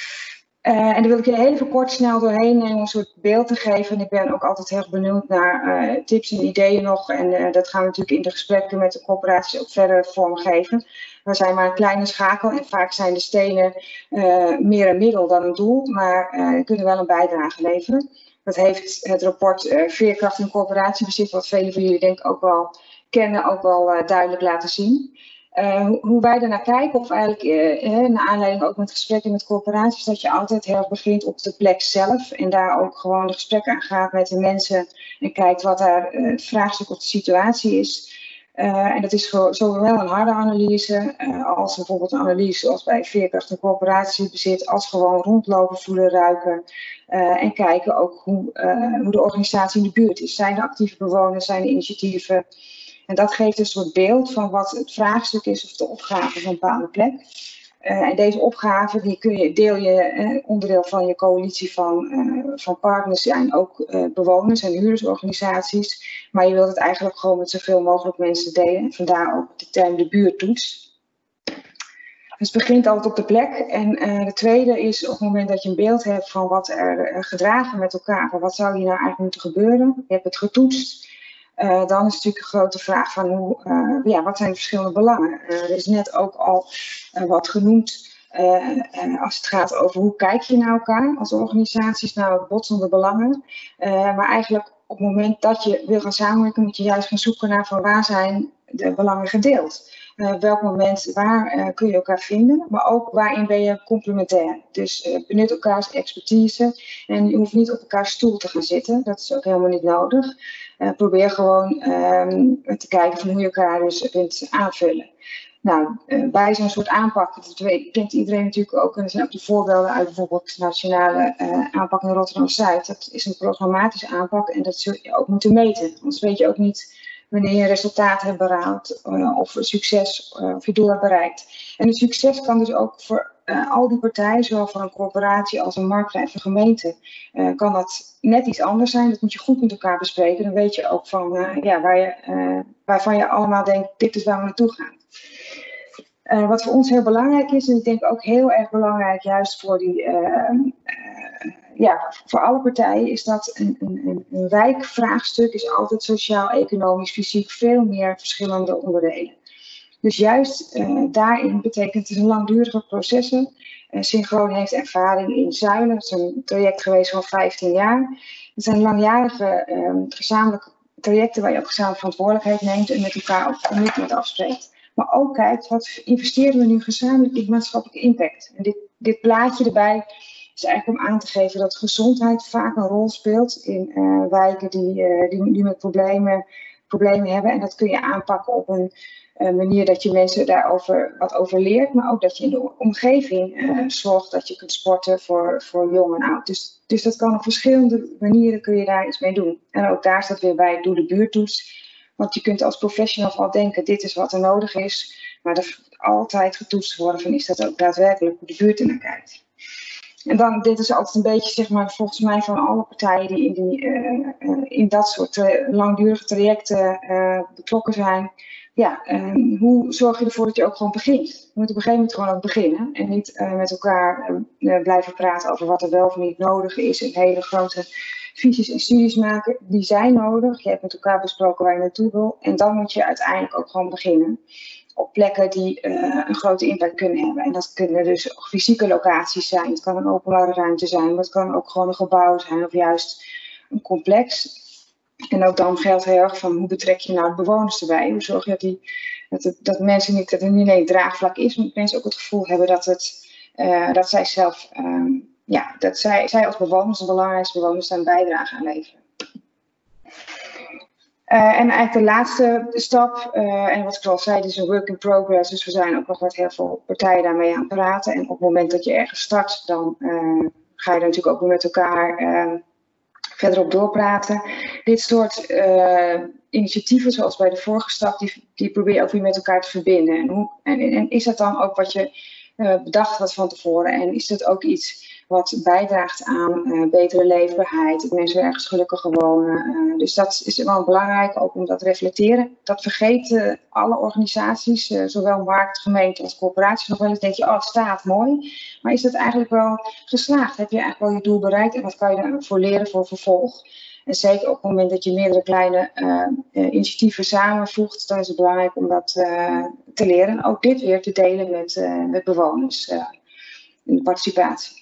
En daar wil ik je heel even kort snel doorheen nemen om een soort beeld te geven. En ik ben ook altijd heel benieuwd naar tips en ideeën nog. En dat gaan we natuurlijk in de gesprekken met de corporaties ook verder vormgeven. We zijn maar een kleine schakel en vaak zijn de stenen meer een middel dan een doel. Maar kunnen wel een bijdrage leveren. Dat heeft het rapport Veerkracht in corporatiebezit, wat velen van jullie denk ik ook wel kennen, ook wel duidelijk laten zien. Hoe wij daarnaar kijken, of eigenlijk naar aanleiding ook met gesprekken met corporaties, dat je altijd heel erg begint op de plek zelf en daar ook gewoon de gesprekken aan gaat met de mensen en kijkt wat daar het vraagstuk of de situatie is. En dat is zowel een harde analyse als bijvoorbeeld een analyse zoals bij Veerkracht en corporatiebezit, als gewoon rondlopen, voelen, ruiken en kijken ook hoe de organisatie in de buurt is. Zijn er actieve bewoners, zijn er initiatieven? En dat geeft een soort beeld van wat het vraagstuk is of de opgave van een bepaalde plek. En deze opgave die deel je onderdeel van je coalitie van partners zijn ook bewoners en huurdersorganisaties. Maar je wilt het eigenlijk gewoon met zoveel mogelijk mensen delen. En vandaar ook de term de buurttoets. Dus het begint altijd op de plek. En de tweede is op het moment dat je een beeld hebt van wat er gedragen met elkaar. Van wat zou hier nou eigenlijk moeten gebeuren? Je hebt het getoetst. Dan is het natuurlijk een grote vraag van wat zijn de verschillende belangen. Er is net ook al wat genoemd als het gaat over hoe kijk je naar elkaar als organisaties, naar botsende belangen. Maar eigenlijk op het moment dat je wil gaan samenwerken moet je juist gaan zoeken naar van waar zijn de belangen gedeeld. Op welk moment, waar kun je elkaar vinden, maar ook waarin ben je complementair. Dus benut elkaars expertise en je hoeft niet op elkaars stoel te gaan zitten. Dat is ook helemaal niet nodig. Probeer gewoon te kijken van hoe je elkaar dus kunt aanvullen. Nou, bij zo'n soort aanpak, dat kent iedereen natuurlijk ook, en er zijn ook de voorbeelden uit bijvoorbeeld de nationale aanpak in Rotterdam-Zuid. Dat is een programmatische aanpak en dat zul je ook moeten meten. Anders weet je ook niet wanneer je resultaat hebt behaald of succes of je doel hebt bereikt. En het succes kan dus ook voor al die partijen, zowel voor een corporatie als een marktbedrijf of een gemeente, kan dat net iets anders zijn. Dat moet je goed met elkaar bespreken. Dan weet je ook van, waarvan je allemaal denkt, dit is waar we naartoe gaan. Wat voor ons heel belangrijk is, en ik denk ook heel erg belangrijk juist voor voor alle partijen, is dat een wijkvraagstuk is altijd sociaal, economisch, fysiek veel meer verschillende onderdelen. Dus juist daarin betekent het een langdurige processen. Synchroon heeft ervaring in Zuilen, dat is een traject geweest van 15 jaar. Het zijn langjarige gezamenlijke trajecten waar je ook gezamenlijk verantwoordelijkheid neemt en met elkaar ook commitment afspreekt. Maar ook kijkt, wat investeren we nu gezamenlijk in maatschappelijke impact? En dit plaatje erbij is eigenlijk om aan te geven dat gezondheid vaak een rol speelt in wijken die met problemen hebben. En dat kun je aanpakken op een manier dat je mensen daarover wat over leert. Maar ook dat je in de omgeving zorgt dat je kunt sporten voor jong en oud. Dus dat kan op verschillende manieren kun je daar iets mee doen. En ook daar staat weer bij, doe de buurttoets. Want je kunt als professional wel denken, dit is wat er nodig is. Maar er altijd getoetst worden van, is dat ook daadwerkelijk hoe de buurt er naar kijkt. En dan, dit is altijd een beetje, zeg maar, volgens mij van alle partijen die in dat soort langdurige trajecten betrokken zijn. Ja, hoe zorg je ervoor dat je ook gewoon begint? Je moet op een gegeven moment gewoon ook beginnen. En niet met elkaar blijven praten over wat er wel of niet nodig is. En hele grote visies en studies maken. Die zijn nodig. Je hebt met elkaar besproken waar je naartoe wil. En dan moet je uiteindelijk ook gewoon beginnen. Op plekken die een grote impact kunnen hebben. En dat kunnen dus fysieke locaties zijn. Het kan een openbare ruimte zijn. Maar het kan ook gewoon een gebouw zijn. Of juist een complex. En ook dan geldt heel erg van, hoe betrek je nou de bewoners erbij? Hoe zorg je dat mensen niet, dat er niet alleen draagvlak is. Maar dat mensen ook het gevoel hebben dat zij zelf, dat zij als bewoners, de belangrijkste bewoners, daar een bijdrage aan leveren. En eigenlijk de laatste stap, en wat ik al zei, dit is een work in progress. Dus we zijn ook nog met heel veel partijen daarmee aan het praten. En op het moment dat je ergens start, dan ga je er natuurlijk ook weer met elkaar verder op doorpraten. Dit soort initiatieven, zoals bij de vorige stap, die probeer je ook weer met elkaar te verbinden. En is dat dan ook wat je bedacht had van tevoren? En is dat ook iets wat bijdraagt aan betere leefbaarheid, dat mensen ergens gelukkiger wonen? Dus dat is wel belangrijk, ook om dat te reflecteren. Dat vergeten alle organisaties, zowel markt, gemeente als corporaties, nog wel eens. Denk je, oh, het staat mooi. Maar is dat eigenlijk wel geslaagd? Heb je eigenlijk wel je doel bereikt? En wat kan je ervoor leren voor vervolg? En zeker op het moment dat je meerdere kleine initiatieven samenvoegt, dan is het belangrijk om dat te leren. En ook dit weer te delen met bewoners in de participatie.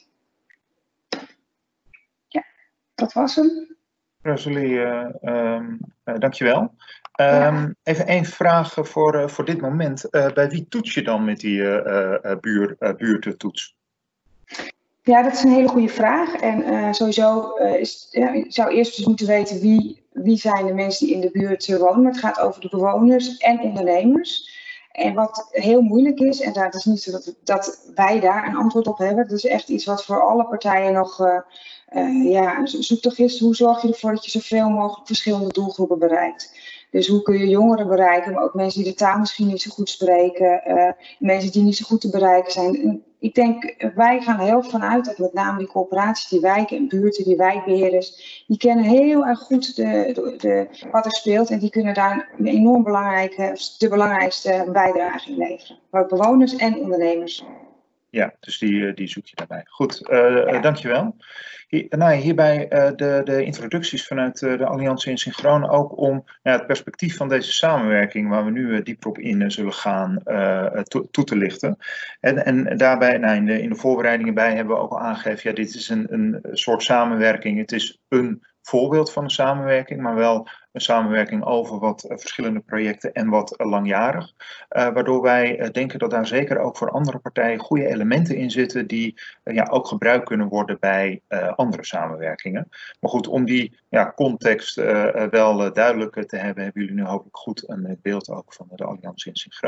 Ja, dat was hem. Rosalie, dankjewel. Even één vraag voor dit moment. Bij wie toets je dan met die buurtentoets? Ja, dat is een hele goede vraag. En sowieso je zou eerst dus moeten weten wie zijn de mensen die in de buurt wonen. Maar het gaat over de bewoners en ondernemers. En wat heel moeilijk is, en dat is niet zo dat wij daar een antwoord op hebben. Dat is echt iets wat voor alle partijen nog een zoektocht is. Hoe zorg je ervoor dat je zoveel mogelijk verschillende doelgroepen bereikt? Dus hoe kun je jongeren bereiken, maar ook mensen die de taal misschien niet zo goed spreken, mensen die niet zo goed te bereiken zijn. En ik denk, wij gaan er heel vanuit dat met name die corporaties, die wijken en buurten, die wijkbeheerders, die kennen heel erg goed wat er speelt en die kunnen daar een enorm de belangrijkste bijdrage in leveren. Voor bewoners en ondernemers. Ja, dus die zoek je daarbij. Goed, dankjewel. Hierbij de introducties vanuit de Alliantie in Synchroon ook om het perspectief van deze samenwerking, waar we nu dieper op in zullen gaan, toe te lichten. En daarbij, in de voorbereidingen bij, hebben we ook al aangegeven, dit is een soort samenwerking. Het is een voorbeeld van een samenwerking, maar wel een samenwerking over wat verschillende projecten en wat langjarig. Waardoor wij denken dat daar zeker ook voor andere partijen goede elementen in zitten die ook gebruikt kunnen worden bij andere samenwerkingen. Maar goed, om die context wel duidelijk te hebben, hebben jullie nu hopelijk goed een beeld ook van de Alliantie in Synchroon.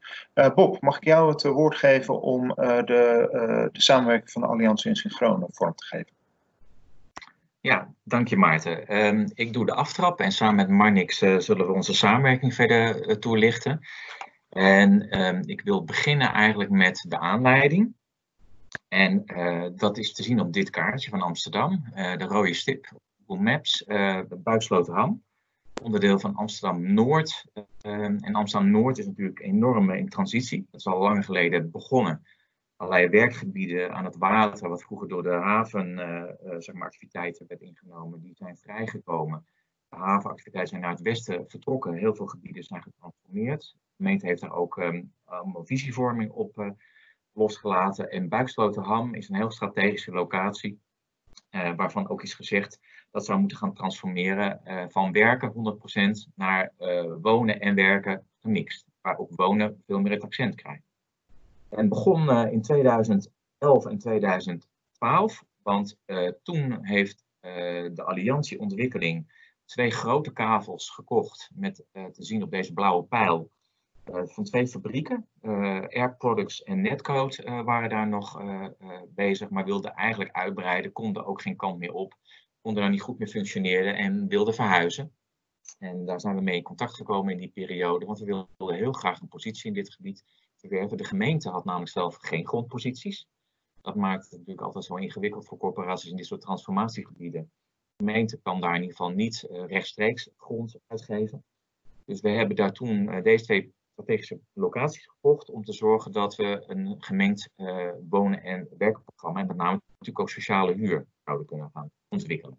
Bob, mag ik jou het woord geven om de samenwerking van de Alliantie in Synchroon vorm te geven? Ja, dank je Maarten. Ik doe de aftrap en samen met Marnix zullen we onze samenwerking verder toelichten. En ik wil beginnen eigenlijk met de aanleiding. En dat is te zien op dit kaartje van Amsterdam. De rode stip, Google Maps, Buiksloterham. Onderdeel van Amsterdam-Noord. En Amsterdam-Noord is natuurlijk enorm in transitie. Dat is al lang geleden begonnen. Allerlei werkgebieden aan het water, wat vroeger door de havenactiviteiten werd ingenomen, die zijn vrijgekomen. De havenactiviteiten zijn naar het westen vertrokken. Heel veel gebieden zijn getransformeerd. De gemeente heeft daar ook een visievorming op losgelaten. En Buiksloterham is een heel strategische locatie, waarvan ook is gezegd dat zou moeten gaan transformeren van werken 100% naar wonen en werken gemixt. Waar ook wonen veel meer het accent krijgt. En begon in 2011 en 2012, want toen heeft de Alliantie Ontwikkeling 2 grote kavels gekocht, met te zien op deze blauwe pijl, van 2 fabrieken. Air Products en Netcode waren daar nog bezig, maar wilden eigenlijk uitbreiden, konden ook geen kant meer op, konden daar niet goed meer functioneren en wilden verhuizen. En daar zijn we mee in contact gekomen in die periode, want we wilden heel graag een positie in dit gebied verwerven. De gemeente had namelijk zelf geen grondposities. Dat maakt het natuurlijk altijd zo ingewikkeld voor corporaties in dit soort transformatiegebieden. De gemeente kan daar in ieder geval niet rechtstreeks grond uitgeven. Dus we hebben daar toen deze 2 strategische locaties gekocht om te zorgen dat we een gemengd wonen- en werkprogramma, en met name natuurlijk ook sociale huur, zouden kunnen gaan ontwikkelen.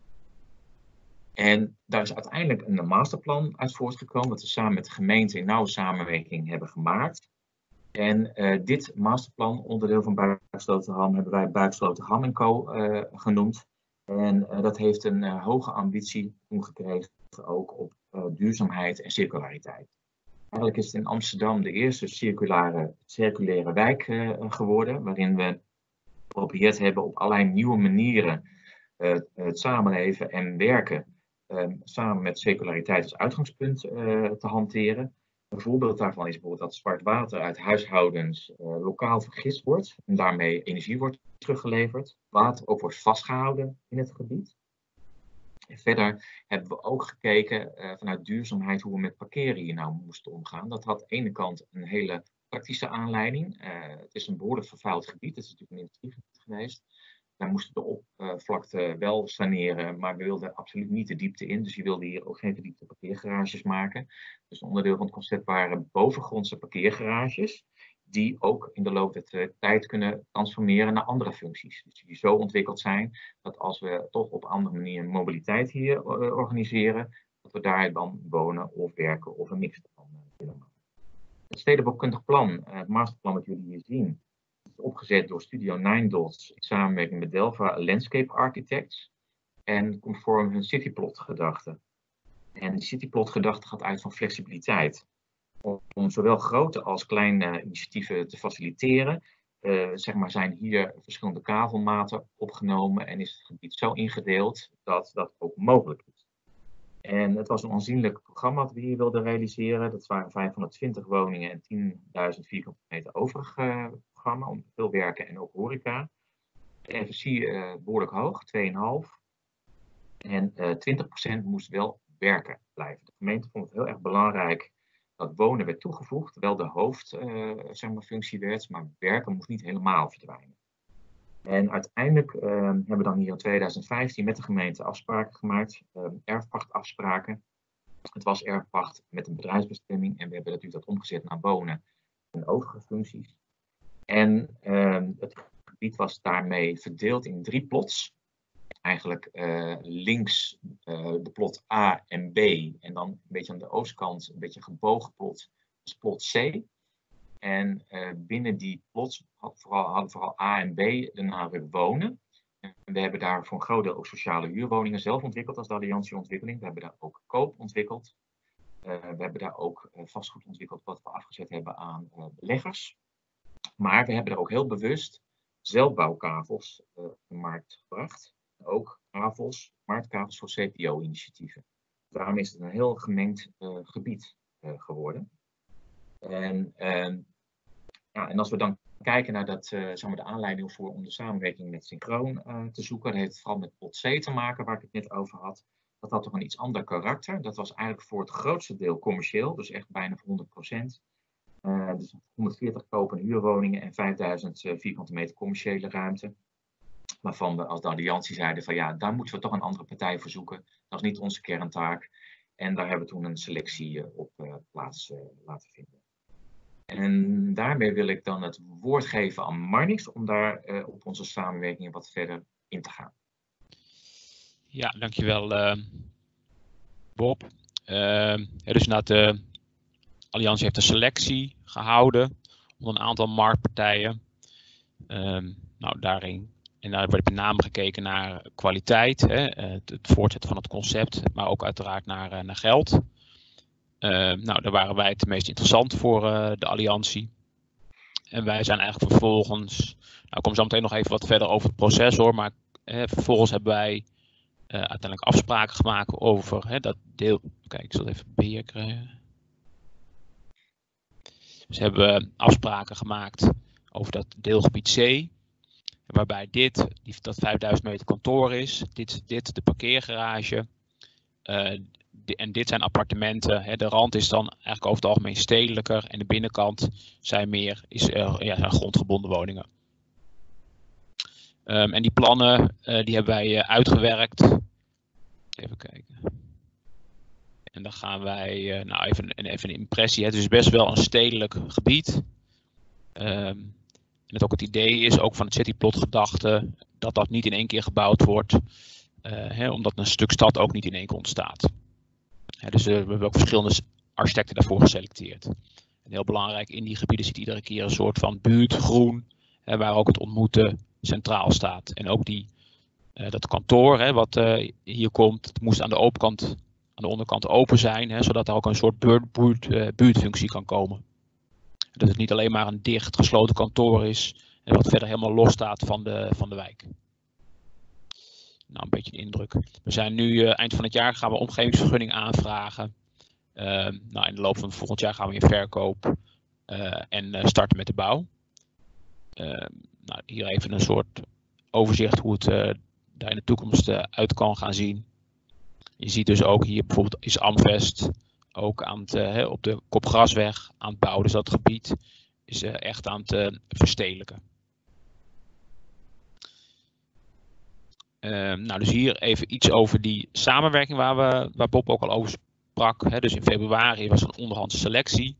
En daar is uiteindelijk een masterplan uit voortgekomen, dat we samen met de gemeente in nauwe samenwerking hebben gemaakt. En dit masterplan, onderdeel van Buiksloterham, hebben wij Buiksloterham & Co. Genoemd. En dat heeft een hoge ambitie gekregen, ook op duurzaamheid en circulariteit. Eigenlijk is het in Amsterdam de eerste circulaire wijk geworden, waarin we geprobeerd hebben op allerlei nieuwe manieren het samenleven en werken samen met circulariteit als uitgangspunt te hanteren. Een voorbeeld daarvan is bijvoorbeeld dat zwart water uit huishoudens lokaal vergist wordt en daarmee energie wordt teruggeleverd. Water ook wordt vastgehouden in het gebied. En verder hebben we ook gekeken vanuit duurzaamheid hoe we met parkeren hier nou moesten omgaan. Dat had aan de ene kant een hele praktische aanleiding. Het is een behoorlijk vervuild gebied, het is natuurlijk een industriegebied geweest. Wij moesten de oppervlakte wel saneren, maar we wilden absoluut niet de diepte in. Dus je wilde hier ook geen verdiepte parkeergarages maken. Dus een onderdeel van het concept waren bovengrondse parkeergarages, die ook in de loop der tijd kunnen transformeren naar andere functies. Dus die zo ontwikkeld zijn dat als we toch op een andere manier mobiliteit hier organiseren, dat we daar dan wonen of werken of een mix van kunnen maken. Het stedenbouwkundig plan, het masterplan wat jullie hier zien, is opgezet door Studio 9 Dots in samenwerking met Delva Landscape Architects en conform hun cityplot-gedachte. En die cityplot-gedachte gaat uit van flexibiliteit. Om zowel grote als kleine initiatieven te faciliteren, zeg maar, zijn hier verschillende kavelmaten opgenomen en is het gebied zo ingedeeld dat dat ook mogelijk is. En het was een aanzienlijk programma dat we hier wilden realiseren. Dat waren 520 woningen en 10.000 vierkante meter overig programma om veel werken en ook horeca. De FSC behoorlijk hoog, 2,5. En 20% moest wel werken blijven. De gemeente vond het heel erg belangrijk dat wonen werd toegevoegd, wel de hoofdfunctie werd, maar werken moest niet helemaal verdwijnen. En uiteindelijk hebben we dan hier in 2015 met de gemeente afspraken gemaakt, erfpachtafspraken. Het was erfpacht met een bedrijfsbestemming en we hebben natuurlijk dat omgezet naar wonen en overige functies. En het gebied was daarmee verdeeld in 3 plots. Eigenlijk links de plot A en B en dan een beetje aan de oostkant een beetje gebogen plot, dus plot C. En binnen die plots hadden vooral A en B de nadruk wonen. En we hebben daar voor een groot deel ook sociale huurwoningen zelf ontwikkeld als de Alliantie Ontwikkeling. We hebben daar ook koop ontwikkeld. We hebben daar ook vastgoed ontwikkeld wat we afgezet hebben aan beleggers. Maar we hebben daar ook heel bewust zelfbouwkavels op de markt gebracht. Ook kavels, marktkavels voor CPO-initiatieven. Daarom is het een heel gemengd gebied geworden. En als we dan kijken naar de aanleiding om de samenwerking met Synchroon te zoeken, dat heeft vooral met pot C te maken, waar ik het net over had. Dat had toch een iets ander karakter. Dat was eigenlijk voor het grootste deel commercieel, dus echt bijna voor 100%. Dus 140 koop- en huurwoningen en 5000 vierkante meter commerciële ruimte. Waarvan we als de alliantie zeiden van ja, daar moeten we toch een andere partij voor zoeken. Dat is niet onze kerntaak. En daar hebben we toen een selectie op plaats laten vinden. En daarmee wil ik dan het woord geven aan Marnix om daar op onze samenwerking wat verder in te gaan. Ja, dankjewel Bob. Dus de Alliantie heeft een selectie gehouden onder een aantal marktpartijen. Daar wordt met name gekeken naar kwaliteit, het voortzetten van het concept, maar ook uiteraard naar geld. Daar waren wij het meest interessant voor de Alliantie. En wij zijn eigenlijk vervolgens, ik kom zo meteen nog even wat verder over het proces hoor, maar vervolgens hebben wij uiteindelijk afspraken gemaakt over dat deel. Kijk, ik zal het even beheer krijgen. Dus hebben we afspraken gemaakt over dat deelgebied C. Waarbij dat 5000 meter kantoor is. Dit de parkeergarage. En dit zijn appartementen. De rand is dan eigenlijk over het algemeen stedelijker. En de binnenkant zijn grondgebonden woningen. En die plannen die hebben wij uitgewerkt. Even kijken. En dan gaan wij even een impressie. Het is best wel een stedelijk gebied. En dat ook het idee is, ook van het cityplot gedachte, dat niet in één keer gebouwd wordt. Omdat een stuk stad ook niet in één keer ontstaat. Dus we hebben ook verschillende architecten daarvoor geselecteerd. En heel belangrijk, in die gebieden zit iedere keer een soort van buurtgroen, waar ook het ontmoeten centraal staat. En ook dat kantoor wat hier komt, het moest aan de onderkant open zijn, zodat er ook een soort buurtfunctie kan komen. Dat het niet alleen maar een dicht gesloten kantoor is, wat verder helemaal los staat van de wijk. Nou, een beetje de indruk. We zijn nu eind van het jaar gaan we omgevingsvergunning aanvragen. In de loop van volgend jaar gaan we in verkoop en starten met de bouw. Hier even een soort overzicht hoe het daar in de toekomst uit kan gaan zien. Je ziet dus ook hier bijvoorbeeld is Amvest ook aan op de Kopgrasweg aan het bouwen. Dus dat gebied is echt aan het verstedelijken. Dus hier even iets over die samenwerking waar Bob ook al over sprak. Dus in februari was er een onderhandse selectie.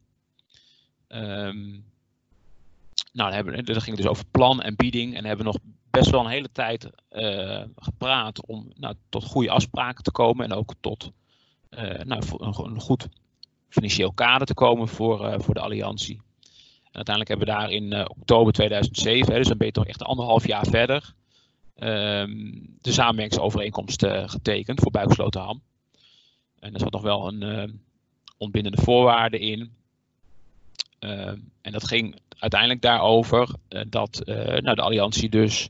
Dat ging dus over plan en bieding. En hebben nog best wel een hele tijd gepraat om tot goede afspraken te komen. En ook tot een goed financieel kader te komen voor de Alliantie. En uiteindelijk hebben we daar in oktober 2007, dus dan ben je toch echt 1,5 jaar verder, de samenwerkingsovereenkomst getekend voor Buiksloterham. En daar zat nog wel een ontbindende voorwaarde in. En dat ging uiteindelijk daarover dat de Alliantie dus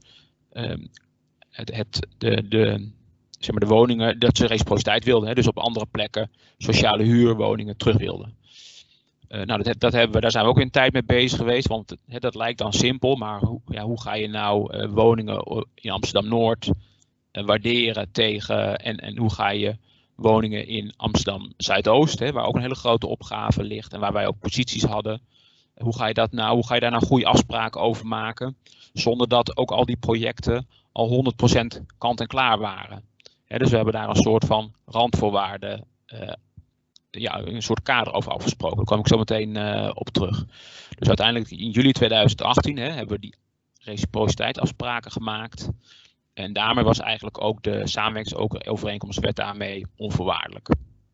de woningen, dat ze reciprociteit wilden. Dus op andere plekken sociale huurwoningen terug wilden. Daar zijn we ook een tijd mee bezig geweest, want dat lijkt dan simpel, maar hoe ga je nou woningen in Amsterdam-Noord waarderen tegen en hoe ga je woningen in Amsterdam-Zuidoost, waar ook een hele grote opgave ligt en waar wij ook posities hadden. Hoe ga je daar nou goede afspraken over maken, zonder dat ook al die projecten al 100% kant en klaar waren. Dus we hebben daar een soort van randvoorwaarden, een soort kader over afgesproken. Daar kom ik zo meteen op terug. Dus uiteindelijk in juli 2018 hebben we die reciprociteitsafspraken gemaakt. En daarmee was eigenlijk ook de samenwerkingsovereenkomst werd daarmee onvoorwaardelijk.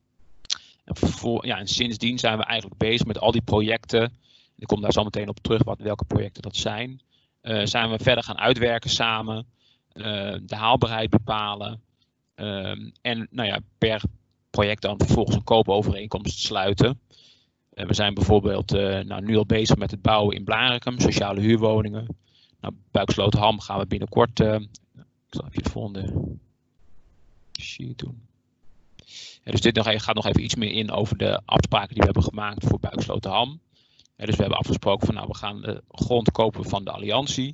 En sindsdien zijn we eigenlijk bezig met al die projecten. Ik kom daar zo meteen op terug welke projecten dat zijn. Zijn we verder gaan uitwerken samen. De haalbaarheid bepalen. En per project dan vervolgens een koopovereenkomst sluiten. We zijn bijvoorbeeld nu al bezig met het bouwen in Blaricum, sociale huurwoningen. Buiksloterham gaan we binnenkort. Ik zal even de volgende sheet doen. Dus dit gaat nog even iets meer in over de afspraken die we hebben gemaakt voor Buiksloterham. Dus we hebben afgesproken van nou, we gaan de grond kopen van de Alliantie.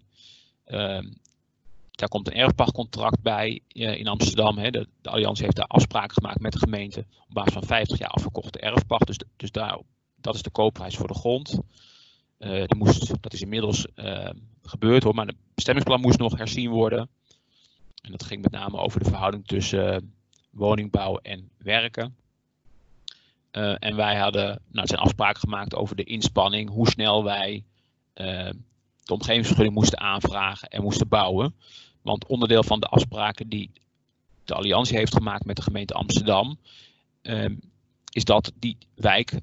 Daar komt een erfpachtcontract bij in Amsterdam. De Alliantie heeft daar afspraken gemaakt met de gemeente op basis van 50 jaar afgekochte erfpacht. Dus dat is de koopprijs voor de grond. Dat is inmiddels gebeurd hoor, maar het bestemmingsplan moest nog herzien worden. En dat ging met name over de verhouding tussen woningbouw en werken. En wij hadden, er zijn afspraken gemaakt over de inspanning, hoe snel wij de omgevingsvergunning moesten aanvragen en moesten bouwen. Want onderdeel van de afspraken die de Alliantie heeft gemaakt met de gemeente Amsterdam, is dat die wijk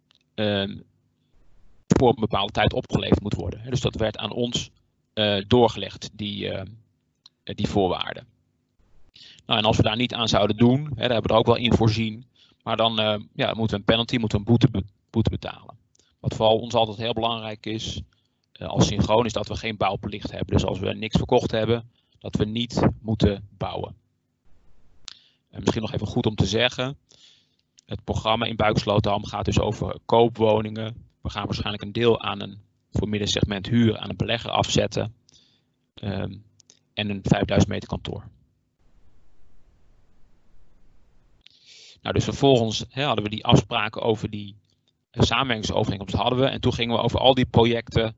voor een bepaalde tijd opgeleverd moet worden. Dus dat werd aan ons doorgelegd, die voorwaarden. Nou, en als we daar niet aan zouden doen, daar hebben we er ook wel in voorzien, maar dan moeten we een penalty, moeten we een boete betalen. Wat voor ons altijd heel belangrijk is, als synchroon, is dat we geen bouwplicht hebben. Dus als we niks verkocht hebben, dat we niet moeten bouwen. Misschien nog even goed om te zeggen, het programma in Buiksloterham gaat dus over koopwoningen. We gaan waarschijnlijk een deel voor middensegment huur aan een belegger afzetten. En een 5000 meter kantoor. Nou, dus vervolgens hadden we die afspraken over die samenwerkingsovereenkomst hadden we. En toen gingen we over al die projecten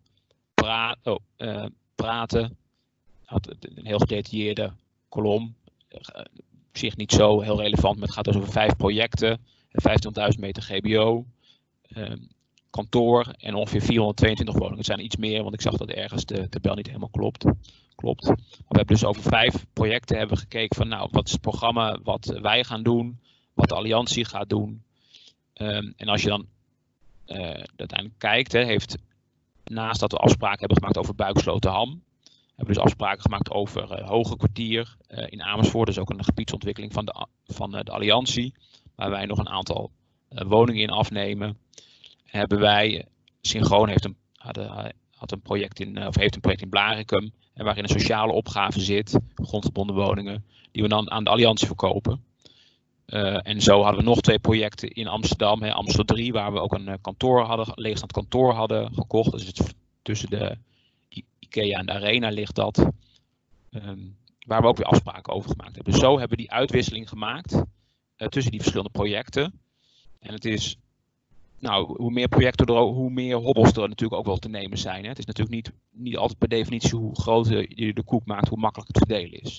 praten. Had een heel gedetailleerde kolom. Op zich niet zo heel relevant, maar het gaat dus over 5 projecten. 25.000 meter GBO. Kantoor en ongeveer 422 woningen. Het zijn iets meer, want ik zag dat ergens de tabel niet helemaal klopt. Maar we hebben dus over 5 projecten hebben gekeken van nou, wat is het programma wat wij gaan doen, wat de Alliantie gaat doen. En als je dan uiteindelijk kijkt, heeft naast dat we afspraken hebben gemaakt over Buiksloterham, hebben we dus afspraken gemaakt over Hoge Kwartier in Amersfoort, dus ook een gebiedsontwikkeling van de Alliantie, waar wij nog een aantal woningen in afnemen. Hebben wij, Synchroon heeft een project in Blaricum, en waarin een sociale opgave zit, grondgebonden woningen, die we dan aan de Alliantie verkopen. En zo hadden we nog 2 projecten in Amsterdam, Amstel 3, waar we ook een leegstaand kantoor hadden gekocht. Dus tussen de IKEA en de Arena ligt dat. Waar we ook weer afspraken over gemaakt hebben. Dus zo hebben we die uitwisseling gemaakt tussen die verschillende projecten. En het is, nou, hoe meer projecten hoe meer hobbels er natuurlijk ook wel te nemen zijn. Het is natuurlijk niet altijd per definitie hoe groter je de koek maakt, hoe makkelijk het verdelen is.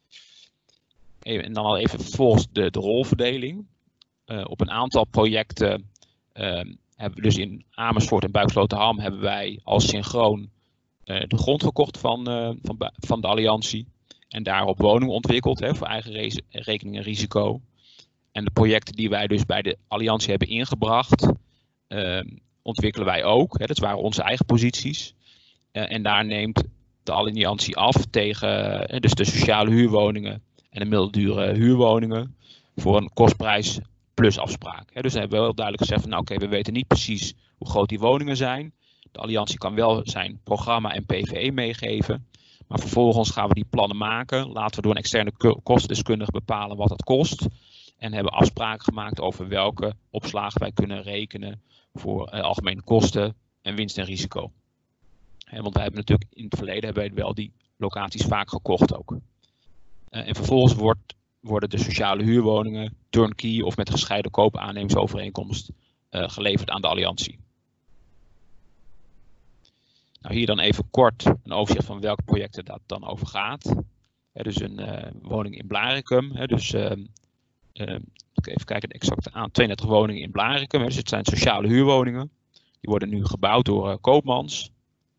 En dan al even vervolgens de rolverdeling. Op een aantal projecten hebben we dus in Amersfoort en Buiksloterham hebben wij als synchroon de grond gekocht van de Alliantie. En daarop woningen ontwikkeld voor eigen rekening en risico. En de projecten die wij dus bij de Alliantie hebben ingebracht, ontwikkelen wij ook. Dat waren onze eigen posities. En daar neemt de Alliantie af tegen dus de sociale huurwoningen en de middeldure huurwoningen voor een kostprijs plus afspraak. Dus dan hebben we wel duidelijk gezegd van nou oké, we weten niet precies hoe groot die woningen zijn. De Alliantie kan wel zijn programma en PVE meegeven. Maar vervolgens gaan we die plannen maken. Laten we door een externe kostendeskundige bepalen wat dat kost. En hebben afspraken gemaakt over welke opslagen wij kunnen rekenen voor algemene kosten en winst en risico. Want wij hebben natuurlijk in het verleden wel die locaties vaak gekocht ook. En vervolgens worden de sociale huurwoningen turnkey of met een gescheiden koopaannemingsovereenkomst geleverd aan de Alliantie. Nou, hier dan even kort een overzicht van welke projecten dat dan over gaat. Dus een woning in Blaricum. Even kijken de exacte aan. 32 woningen in Blaricum. Dus het zijn sociale huurwoningen. Die worden nu gebouwd door Koopmans.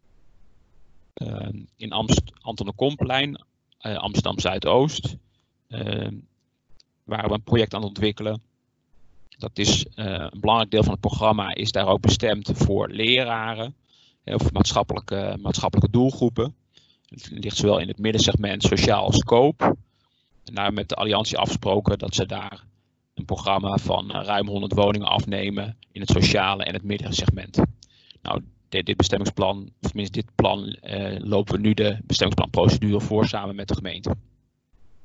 In Anton de Komplein, Amsterdam Zuidoost. Waar we een project aan het ontwikkelen. Dat is een belangrijk deel van het programma is daar ook bestemd voor leraren. Of maatschappelijke doelgroepen. Het ligt zowel in het middensegment sociaal als koop. En daar met de Alliantie afgesproken dat ze daar een programma van ruim 100 woningen afnemen in het sociale en het middensegment. Nou, dit bestemmingsplan, of tenminste dit plan, lopen we nu de bestemmingsplanprocedure voor samen met de gemeente.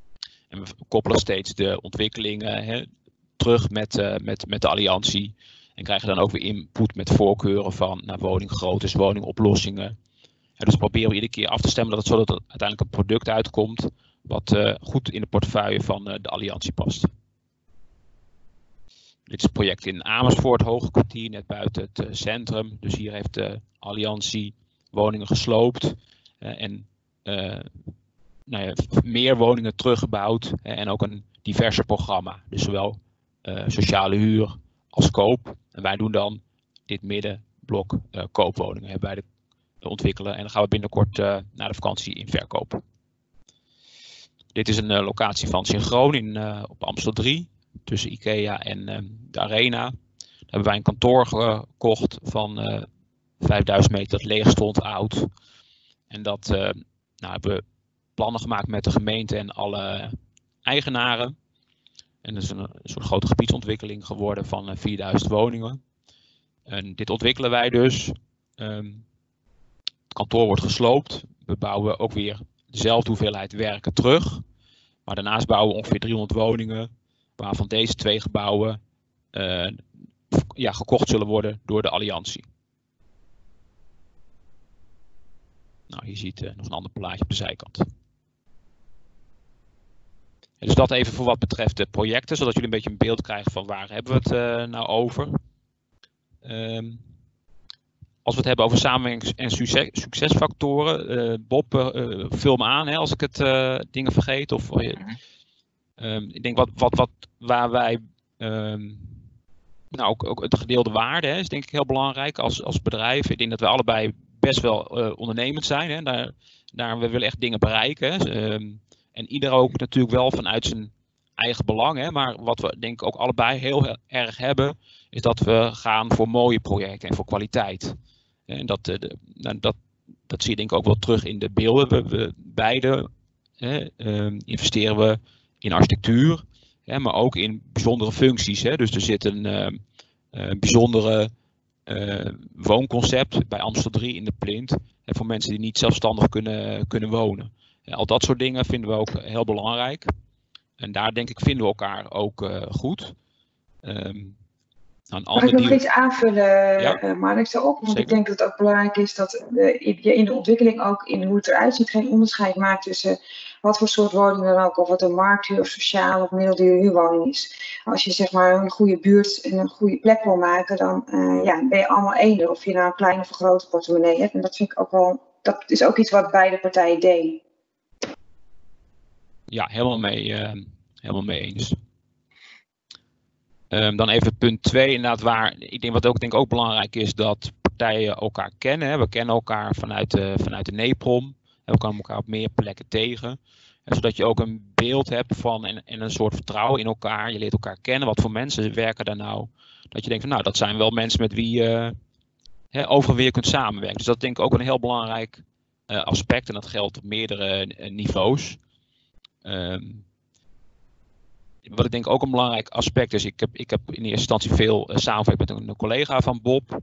En we koppelen steeds de ontwikkelingen terug met de Alliantie. En krijgen dan ook weer input met voorkeuren van woninggroottes, woningoplossingen. Dus proberen we iedere keer af te stemmen zodat er uiteindelijk een product uitkomt wat goed in de portefeuille van de Alliantie past. Dit is een project in Amersfoort, Hoge Kwartier, net buiten het centrum. Dus hier heeft de Alliantie woningen gesloopt en meer woningen teruggebouwd en ook een diverser programma. Dus zowel sociale huur als koop. En wij doen dan dit middenblok koopwoningen bij de ontwikkelen. En dan gaan we binnenkort na de vakantie in verkoop. Dit is een locatie van Synchroon op Amstel 3. Tussen IKEA en de Arena. Daar hebben wij een kantoor gekocht van 5000 meter dat leeg stond, oud. En dat hebben we plannen gemaakt met de gemeente en alle eigenaren. En dat is een soort grote gebiedsontwikkeling geworden van 4000 woningen. En dit ontwikkelen wij dus. Het kantoor wordt gesloopt. We bouwen ook weer dezelfde hoeveelheid werken terug. Maar daarnaast bouwen we ongeveer 300 woningen. Waarvan deze 2 gebouwen gekocht zullen worden door de Alliantie. Nou, je ziet nog een ander plaatje op de zijkant. Dus dat even voor wat betreft de projecten, zodat jullie een beetje een beeld krijgen van waar hebben we het nou over. Als we het hebben over samenwerkings- en succesfactoren, Bob, vul me aan als ik het dingen vergeet. Of, ik denk waar wij, ook het gedeelde waarde is denk ik heel belangrijk als bedrijf. Ik denk dat we allebei best wel ondernemend zijn. We willen echt dingen bereiken. En ieder ook natuurlijk wel vanuit zijn eigen belang. Maar wat we denk ik ook allebei heel erg hebben, is dat we gaan voor mooie projecten en voor kwaliteit. En dat zie je denk ik ook wel terug in de beelden. We beide investeren we in architectuur, maar ook in bijzondere functies. Dus er zit een bijzondere woonconcept bij Amstel 3 in de Plint. Voor mensen die niet zelfstandig kunnen wonen. Al dat soort dingen vinden we ook heel belangrijk. En daar denk ik vinden we elkaar ook goed. Mag ik nog iets aanvullen, Ja, Mark, daarop? Want zeker. Ik denk dat het ook belangrijk is dat je in de ontwikkeling ook in hoe het eruit ziet geen onderscheid maakt tussen wat voor soort woning dan ook, of wat een markthuur of sociale of middeldure huurwoning is. Als je zeg maar een goede buurt en een goede plek wil maken, dan ben je allemaal eender. Of je nou een kleine of een grote portemonnee hebt. En dat vind ik ook wel, dat is ook iets wat beide partijen delen. Ja, helemaal mee eens. Dan even punt 2, inderdaad waar, ik denk wat ook belangrijk is dat partijen elkaar kennen. We kennen elkaar vanuit de NEPROM. We komen elkaar op meer plekken tegen. Zodat je ook een beeld hebt van en een soort vertrouwen in elkaar. Je leert elkaar kennen. Wat voor mensen werken daar nou? Dat je denkt van dat zijn wel mensen met wie je overal weer kunt samenwerken. Dus dat denk ik ook een heel belangrijk aspect. En dat geldt op meerdere niveaus. Wat ik denk ook een belangrijk aspect is, ik heb in eerste instantie veel samengewerkt met een collega van Bob.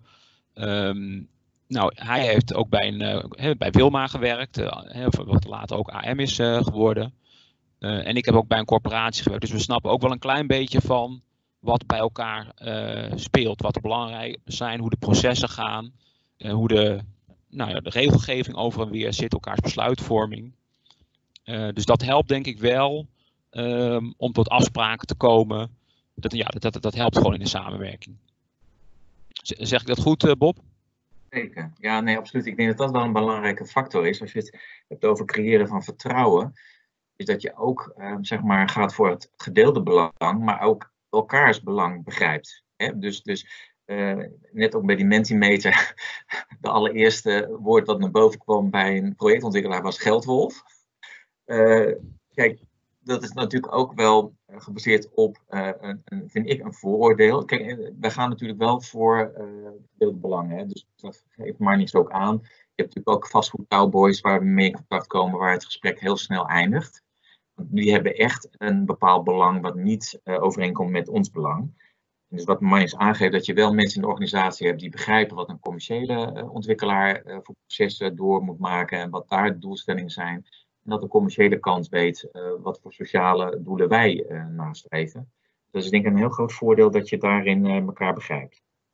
Hij heeft ook bij Wilma gewerkt, wat later ook AM is geworden. En ik heb ook bij een corporatie gewerkt, dus we snappen ook wel een klein beetje van wat bij elkaar speelt, wat er belangrijk zijn, hoe de processen gaan, hoe de regelgeving over en weer zit, elkaars besluitvorming. Dus dat helpt denk ik wel. Om tot afspraken te komen, dat helpt gewoon in de samenwerking. Zeg ik dat goed, Bob? Zeker. Ja, nee, absoluut. Ik denk dat dat wel een belangrijke factor is. Als je het hebt over creëren van vertrouwen, is dat je ook gaat voor het gedeelde belang, maar ook elkaars belang begrijpt. Dus net ook bij die Mentimeter, de allereerste woord dat naar boven kwam bij een projectontwikkelaar was geldwolf. Kijk, dat is natuurlijk ook wel gebaseerd op, vind ik, een vooroordeel. Kijk, wij gaan natuurlijk wel voor gedeelde belangen. Dus dat geeft Marnix ook aan. Je hebt natuurlijk ook fastfood-cowboys waar we mee in contact komen, waar het gesprek heel snel eindigt. Want die hebben echt een bepaald belang wat niet overeenkomt met ons belang. En dus wat Marnix aangeeft, dat je wel mensen in de organisatie hebt die begrijpen wat een commerciële ontwikkelaar voor processen door moet maken en wat daar de doelstellingen zijn. En dat de commerciële kant weet wat voor sociale doelen wij nastreven. Dus ik denk een heel groot voordeel dat je daarin elkaar begrijpt.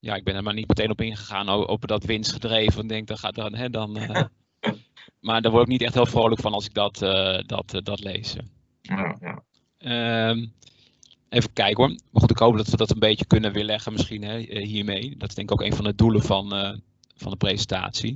Ja, ik ben er maar niet meteen op ingegaan op dat winstgedreven. Ik denk, maar daar word ik niet echt heel vrolijk van als ik dat lees. Ja, ja. Even kijken hoor. Maar goed, ik hoop dat we dat een beetje kunnen weerleggen misschien hiermee. Dat is denk ik ook een van de doelen van de presentatie.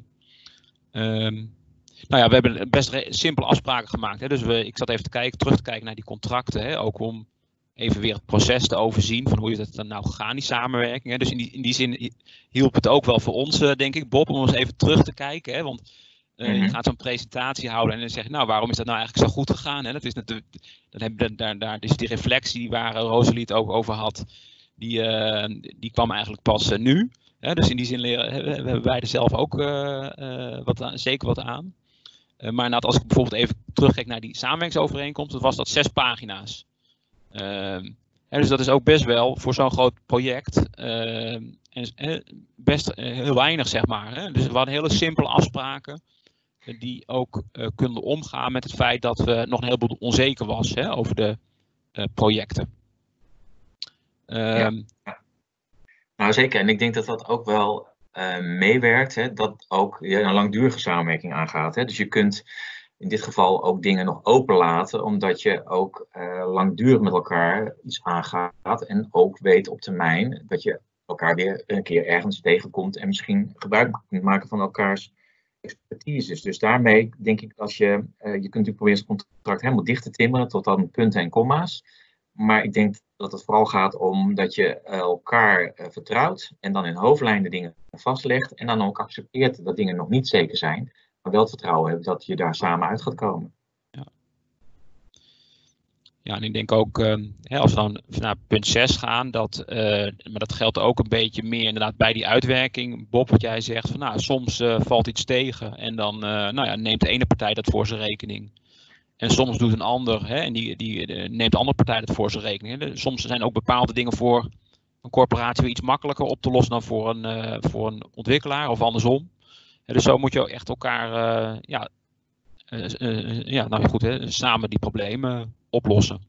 Nou ja, we hebben best simpele afspraken gemaakt. Hè? Dus ik zat even terug te kijken naar die contracten. Hè? Ook om even weer het proces te overzien van hoe is het dan nou gegaan, die samenwerking. Hè? Dus in die zin hielp het ook wel voor ons, denk ik, Bob, om eens even terug te kijken. Hè? Want je gaat zo'n presentatie houden en dan zeg je, nou, waarom is dat nou eigenlijk zo goed gegaan? Hè? Dat is natuurlijk, dan hebben we daar dus die reflectie waar Rosalie het ook over had, die kwam eigenlijk pas nu. Hè? Dus in die zin hebben wij er zelf ook zeker wat aan. Maar inderdaad, als ik bijvoorbeeld even terugkijk naar die samenwerkingsovereenkomst, dan was dat 6 pagina's. Dus dat is ook best wel voor zo'n groot project best heel weinig, zeg maar. Hè? Dus we hadden hele simpele afspraken die ook konden omgaan met het feit dat we nog een heleboel onzeker was over de projecten. Ja. Nou zeker, en ik denk dat dat ook wel meewerkt, hè, dat ook een langdurige samenwerking aangaat. Hè. Dus je kunt in dit geval ook dingen nog openlaten, omdat je ook langdurig met elkaar iets aangaat en ook weet op termijn dat je elkaar weer een keer ergens tegenkomt en misschien gebruik kunt maken van elkaars expertises. Dus daarmee denk ik, je kunt natuurlijk proberen het contract helemaal dicht te timmeren tot aan punten en komma's. Maar ik denk dat het vooral gaat om dat je elkaar vertrouwt en dan in hoofdlijnen dingen vastlegt en dan ook accepteert dat dingen nog niet zeker zijn, maar wel het vertrouwen hebt dat je daar samen uit gaat komen. Ja, en ik denk ook, als we dan naar punt 6 gaan, maar dat geldt ook een beetje meer inderdaad bij die uitwerking. Bob, wat jij zegt, van nou, soms valt iets tegen en dan neemt de ene partij dat voor zijn rekening. En soms doet een ander, en die neemt de andere partij dat voor zijn rekening. Hè. Soms zijn ook bepaalde dingen voor een corporatie weer iets makkelijker op te lossen dan voor een ontwikkelaar of andersom. Dus zo moet je echt elkaar samen die problemen oplossen.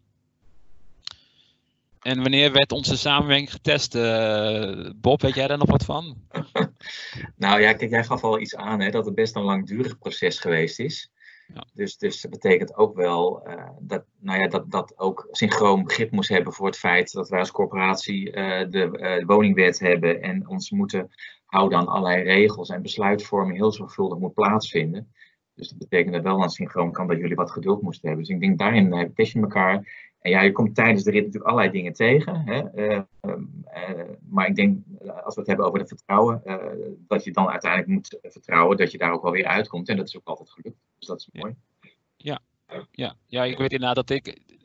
En wanneer werd onze samenwerking getest? Bob, weet jij daar nog wat van? Nou ja, kijk, jij gaf al iets aan dat het best een langdurig proces geweest is. Ja. Dus dat betekent ook wel dat ook synchroon begrip moest hebben voor het feit dat wij als corporatie de woningwet hebben en ons moeten houden aan allerlei regels en besluitvorming heel zorgvuldig moet plaatsvinden. Dus dat betekent dat wel aan synchroon kan dat jullie wat geduld moesten hebben. Dus ik denk daarin test je elkaar. En ja, je komt tijdens de rit natuurlijk allerlei dingen tegen. Maar ik denk, als we het hebben over het vertrouwen, dat je dan uiteindelijk moet vertrouwen dat je daar ook wel weer uitkomt. En dat is ook altijd gelukt. Dus dat is mooi. Ja, ik weet inderdaad dat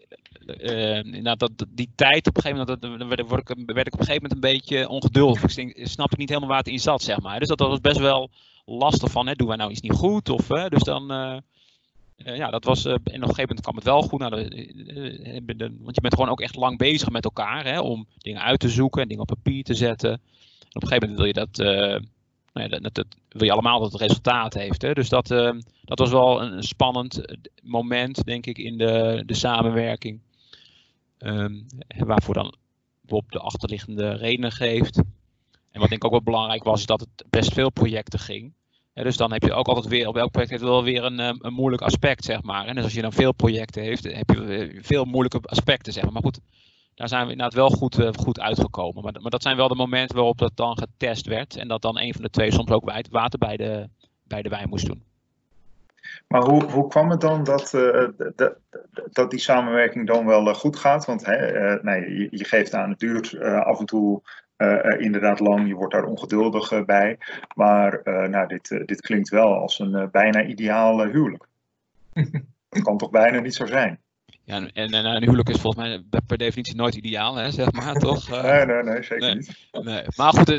die tijd op een gegeven moment, werd ik op een gegeven moment een beetje ongeduldig. Ik snap niet helemaal waar het in zat, zeg maar. Dus dat was best wel lastig van, doen wij nou iets niet goed? Dus dan... dat was, en op een gegeven moment kwam het wel goed. Want je bent gewoon ook echt lang bezig met elkaar om dingen uit te zoeken en dingen op papier te zetten. En op een gegeven moment wil je dat wil je allemaal dat het resultaat heeft. Hè? Dus dat was wel een spannend moment, denk ik, in de samenwerking. Waarvoor dan Bob de achterliggende redenen geeft. En wat denk ik ook wel belangrijk was, is dat het best veel projecten ging. Ja, dus dan heb je ook altijd weer, op elk project heeft wel weer een moeilijk aspect, zeg maar. En dus als je dan veel projecten heeft, heb je veel moeilijke aspecten, zeg maar. Maar goed, daar zijn we inderdaad wel goed uitgekomen. Maar dat zijn wel de momenten waarop dat dan getest werd. En dat dan een van de twee soms ook water bij de wijn moest doen. Maar hoe kwam het dan dat die samenwerking dan wel goed gaat? Want je geeft aan, het duurt af en toe... inderdaad lang, je wordt daar ongeduldig bij. Maar dit klinkt wel als een bijna ideaal huwelijk. Dat kan toch bijna niet zo zijn? Ja, en een huwelijk is volgens mij per definitie nooit ideaal, hè, zeg maar, toch? Nee, zeker niet. Nee. Maar goed,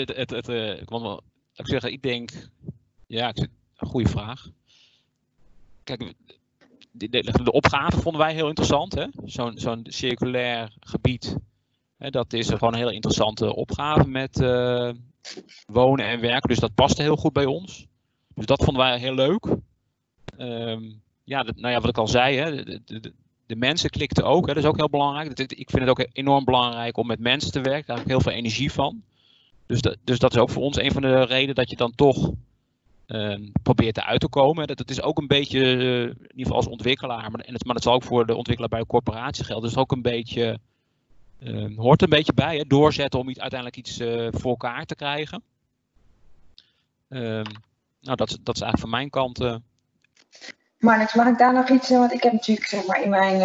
ik denk, een goede vraag. Kijk, de opgave vonden wij heel interessant, hè? Zo'n circulair gebied. Dat is gewoon een hele interessante opgave met wonen en werken. Dus dat paste heel goed bij ons. Dus dat vonden wij heel leuk. Wat ik al zei, de mensen klikten ook. Dat is ook heel belangrijk. Ik vind het ook enorm belangrijk om met mensen te werken. Daar heb ik heel veel energie van. Dus dat is ook voor ons een van de redenen dat je dan toch probeert eruit te komen. Dat is ook een beetje, in ieder geval als ontwikkelaar, maar dat zal ook voor de ontwikkelaar bij een corporatie gelden. Dus ook een beetje, hoort een beetje bij, hè? Doorzetten om uiteindelijk iets voor elkaar te krijgen. Nou, dat is eigenlijk van mijn kant. Marnix, mag ik daar nog iets, want ik heb natuurlijk zeg maar in mijn,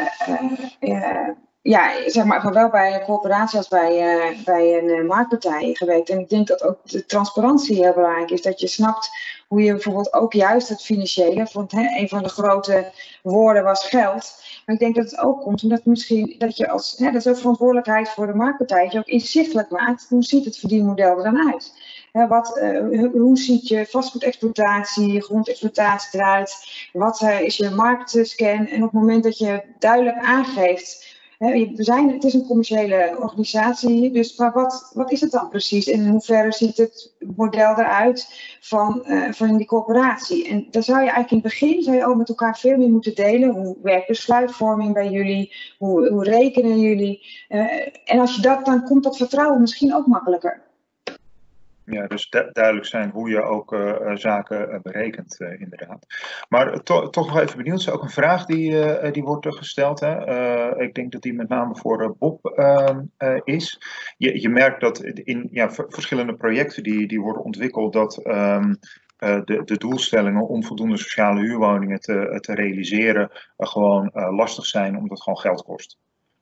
zeg maar zowel bij een corporatie als bij een marktpartij gewerkt. En ik denk dat ook de transparantie heel belangrijk is, dat je snapt hoe je bijvoorbeeld ook juist het financiële, want een van de grote woorden was geld. Maar ik denk dat het ook komt omdat misschien dat je als, dat is ook verantwoordelijkheid voor de marktpartij, dat je ook inzichtelijk maakt, hoe ziet het verdienmodel er dan uit? Hoe ziet je vastgoedexploitatie, grondexploitatie eruit? Wat is je marktscan? En op het moment dat je duidelijk aangeeft, het is een commerciële organisatie, dus maar wat is het dan precies? En in hoeverre ziet het model eruit van die corporatie? En daar zou je eigenlijk in het begin ook met elkaar veel meer moeten delen. Hoe werkt besluitvorming bij jullie? Hoe rekenen jullie? En als je dan komt dat vertrouwen misschien ook makkelijker. Ja, dus duidelijk zijn hoe je ook zaken berekent, inderdaad. Maar toch nog even benieuwd, is ook een vraag die wordt gesteld. Hè? Ik denk dat die met name voor Bob is. Je merkt dat in verschillende projecten die worden ontwikkeld, dat de doelstellingen om voldoende sociale huurwoningen te realiseren gewoon lastig zijn, omdat het gewoon geld kost.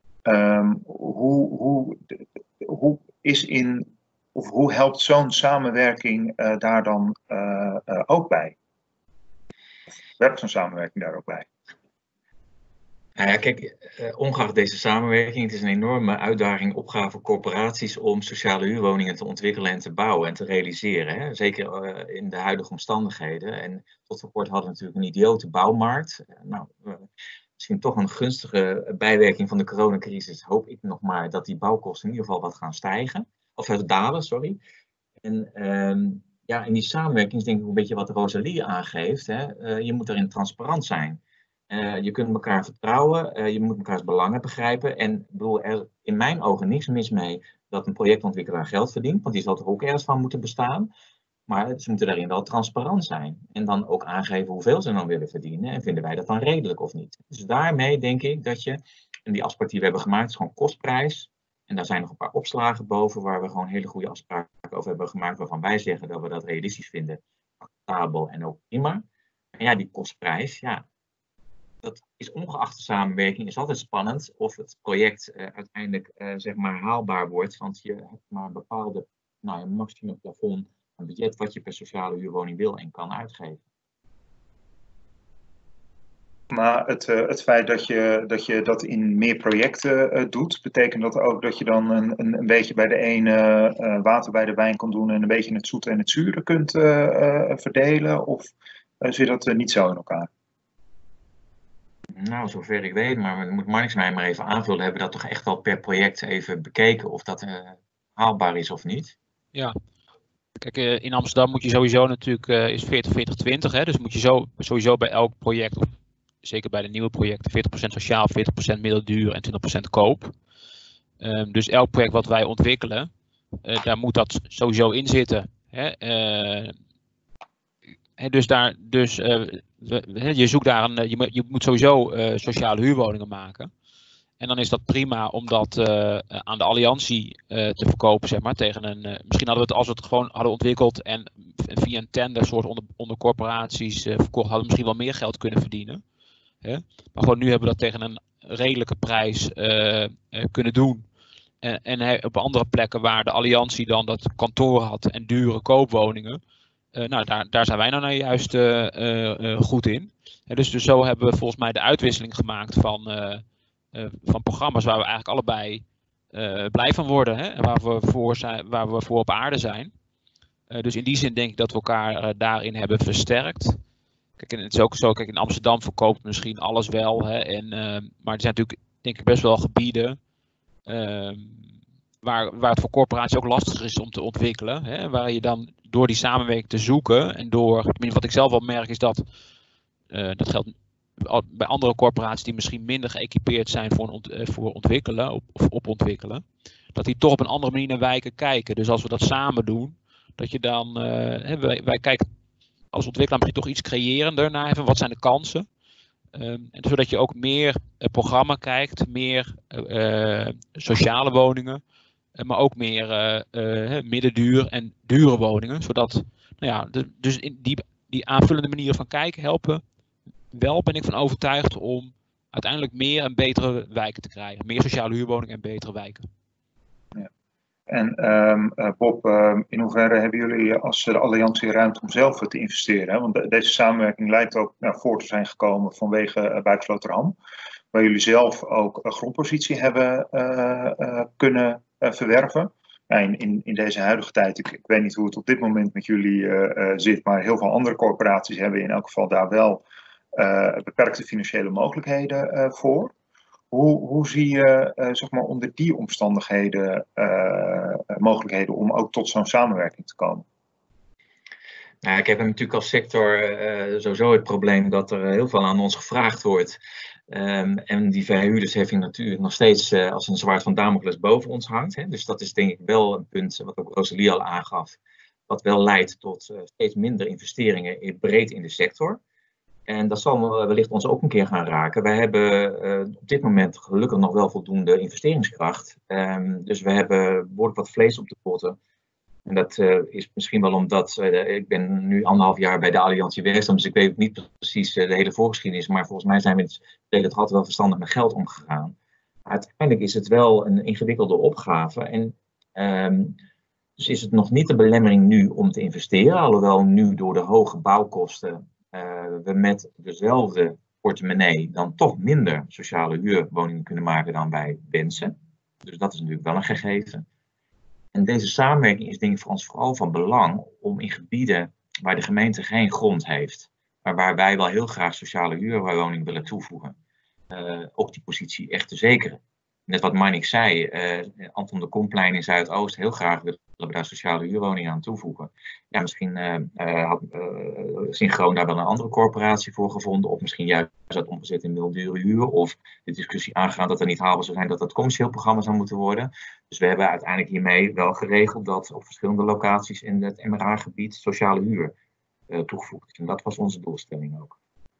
Hoe helpt zo'n samenwerking daar dan ook bij? Werkt zo'n samenwerking daar ook bij? Nou ja, kijk, ongeacht deze samenwerking, het is een enorme uitdaging, opgave voor corporaties om sociale huurwoningen te ontwikkelen en te bouwen en te realiseren. Hè? Zeker in de huidige omstandigheden. En tot voor kort hadden we natuurlijk een idiote bouwmarkt. Misschien toch een gunstige bijwerking van de coronacrisis. Hoop ik nog maar dat die bouwkosten in ieder geval wat gaan stijgen. Of dalen, sorry. En in die samenwerking is denk ik een beetje wat Rosalie aangeeft. Hè? Je moet daarin transparant zijn. Je kunt elkaar vertrouwen, je moet elkaars belangen begrijpen. En ik bedoel, er in mijn ogen niks mis mee dat een projectontwikkelaar geld verdient. Want die zal er ook ergens van moeten bestaan. Maar ze moeten daarin wel transparant zijn. En dan ook aangeven hoeveel ze dan willen verdienen. En vinden wij dat dan redelijk of niet. Dus daarmee denk ik dat je, en die afspraak die we hebben gemaakt is gewoon kostprijs. En daar zijn nog een paar opslagen boven waar we gewoon hele goede afspraken over hebben gemaakt. Waarvan wij zeggen dat we dat realistisch vinden. Acceptabel en ook prima. En ja, die kostprijs, ja. Dat is ongeacht de samenwerking, is altijd spannend of het project uiteindelijk zeg maar haalbaar wordt. Want je hebt maar een bepaalde maximum plafond aan budget wat je per sociale huurwoning wil en kan uitgeven. Maar het feit dat je dat in meer projecten doet, betekent dat ook dat je dan een beetje bij de ene water bij de wijn kan doen en een beetje het zoete en het zure kunt verdelen? Of zit dat niet zo in elkaar? Nou, zover ik weet, maar moet Marnix mij maar even aanvullen. Hebben we dat toch echt wel per project even bekeken of dat haalbaar is of niet? Ja. Kijk, in Amsterdam moet je sowieso natuurlijk, is 40-40-20, hè? Dus moet je sowieso bij elk project, of zeker bij de nieuwe projecten, 40% sociaal, 40% middelduur en 20% koop. Dus elk project wat wij ontwikkelen, daar moet dat sowieso in zitten. Hè? Je zoekt daar je moet sowieso sociale huurwoningen maken. En dan is dat prima om dat aan de alliantie te verkopen, zeg maar, tegen een. Misschien hadden we het, als we het gewoon hadden ontwikkeld en via een tender soort onder corporaties verkocht, hadden we misschien wel meer geld kunnen verdienen. Hè? Maar gewoon nu hebben we dat tegen een redelijke prijs kunnen doen. En op andere plekken waar de alliantie dan dat kantoor had en dure koopwoningen. Daar zijn wij nou juist goed in. Dus zo hebben we volgens mij de uitwisseling gemaakt van programma's waar we eigenlijk allebei blij van worden. Hè? En waar we voor op aarde zijn. Dus in die zin denk ik dat we elkaar daarin hebben versterkt. Kijk, en het is ook zo, in Amsterdam verkoopt misschien alles wel. Hè? Maar er zijn natuurlijk denk ik best wel gebieden waar het voor corporaties ook lastig is om te ontwikkelen. Hè? Waar je dan door die samenwerking te zoeken en wat ik zelf wel merk is dat geldt bij andere corporaties die misschien minder geëquipeerd zijn voor ontwikkelen of op ontwikkelen. dat die toch op een andere manier naar wijken kijken. Dus als we dat samen doen, dat je dan, wij kijken als ontwikkelaar misschien toch iets creërender naar even, wat zijn de kansen? En zodat je ook meer programma kijkt, meer sociale woningen, maar ook meer middenduur en dure woningen. Zodat, dus in die aanvullende manieren van kijken helpen wel, ben ik van overtuigd, om uiteindelijk meer en betere wijken te krijgen. Meer sociale huurwoningen en betere wijken. Ja. En Bob, in hoeverre hebben jullie als de Alliantie ruimte om zelf te investeren? Hè? Want deze samenwerking lijkt ook voor te zijn gekomen vanwege Buiksloterham, waar jullie zelf ook een grondpositie hebben kunnen verwerven. In deze huidige tijd, ik weet niet hoe het op dit moment met jullie zit, maar heel veel andere corporaties hebben in elk geval daar wel beperkte financiële mogelijkheden voor. Hoe zie je zeg maar onder die omstandigheden mogelijkheden om ook tot zo'n samenwerking te komen? Nou, ik heb natuurlijk als sector sowieso het probleem dat er heel veel aan ons gevraagd wordt. En die verhuurdersheffing natuurlijk nog steeds als een zwaard van Damocles boven ons hangt. Hè. Dus dat is denk ik wel een punt wat ook Rosalie al aangaf. Wat wel leidt tot steeds minder investeringen breed in de sector. En dat zal wellicht ons ook een keer gaan raken. Wij hebben op dit moment gelukkig nog wel voldoende investeringskracht. Dus we hebben behoorlijk wat vlees op de potten. En dat is misschien wel omdat ik ben nu 1,5 jaar bij de Alliantie werkzaam, dus ik weet niet precies de hele voorgeschiedenis. Maar volgens mij zijn we in het verleden toch altijd wel verstandig met geld omgegaan. Uiteindelijk is het wel een ingewikkelde opgave. En dus is het nog niet de belemmering nu om te investeren. Alhoewel nu door de hoge bouwkosten we met dezelfde portemonnee dan toch minder sociale huurwoningen kunnen maken dan wij wensen. Dus dat is natuurlijk wel een gegeven. En deze samenwerking is denk ik voor ons vooral van belang om in gebieden waar de gemeente geen grond heeft, maar waar wij wel heel graag sociale huurwoningen willen toevoegen, ook die positie echt te zekeren. Net wat Marnix zei, Anton de Komplein in Zuidoost, heel graag willen we daar sociale huurwoningen aan toevoegen. Ja, misschien had Synchroon daar wel een andere corporatie voor gevonden, of misschien juist dat omgezet in mildure huur, of de discussie aangegaan dat het niet haalbaar zou zijn dat het commercieel programma zou moeten worden. Dus we hebben uiteindelijk hiermee wel geregeld dat op verschillende locaties in het MRA-gebied sociale huur toegevoegd is. En dat was onze doelstelling ook.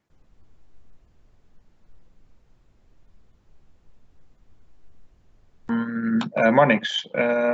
Marnix,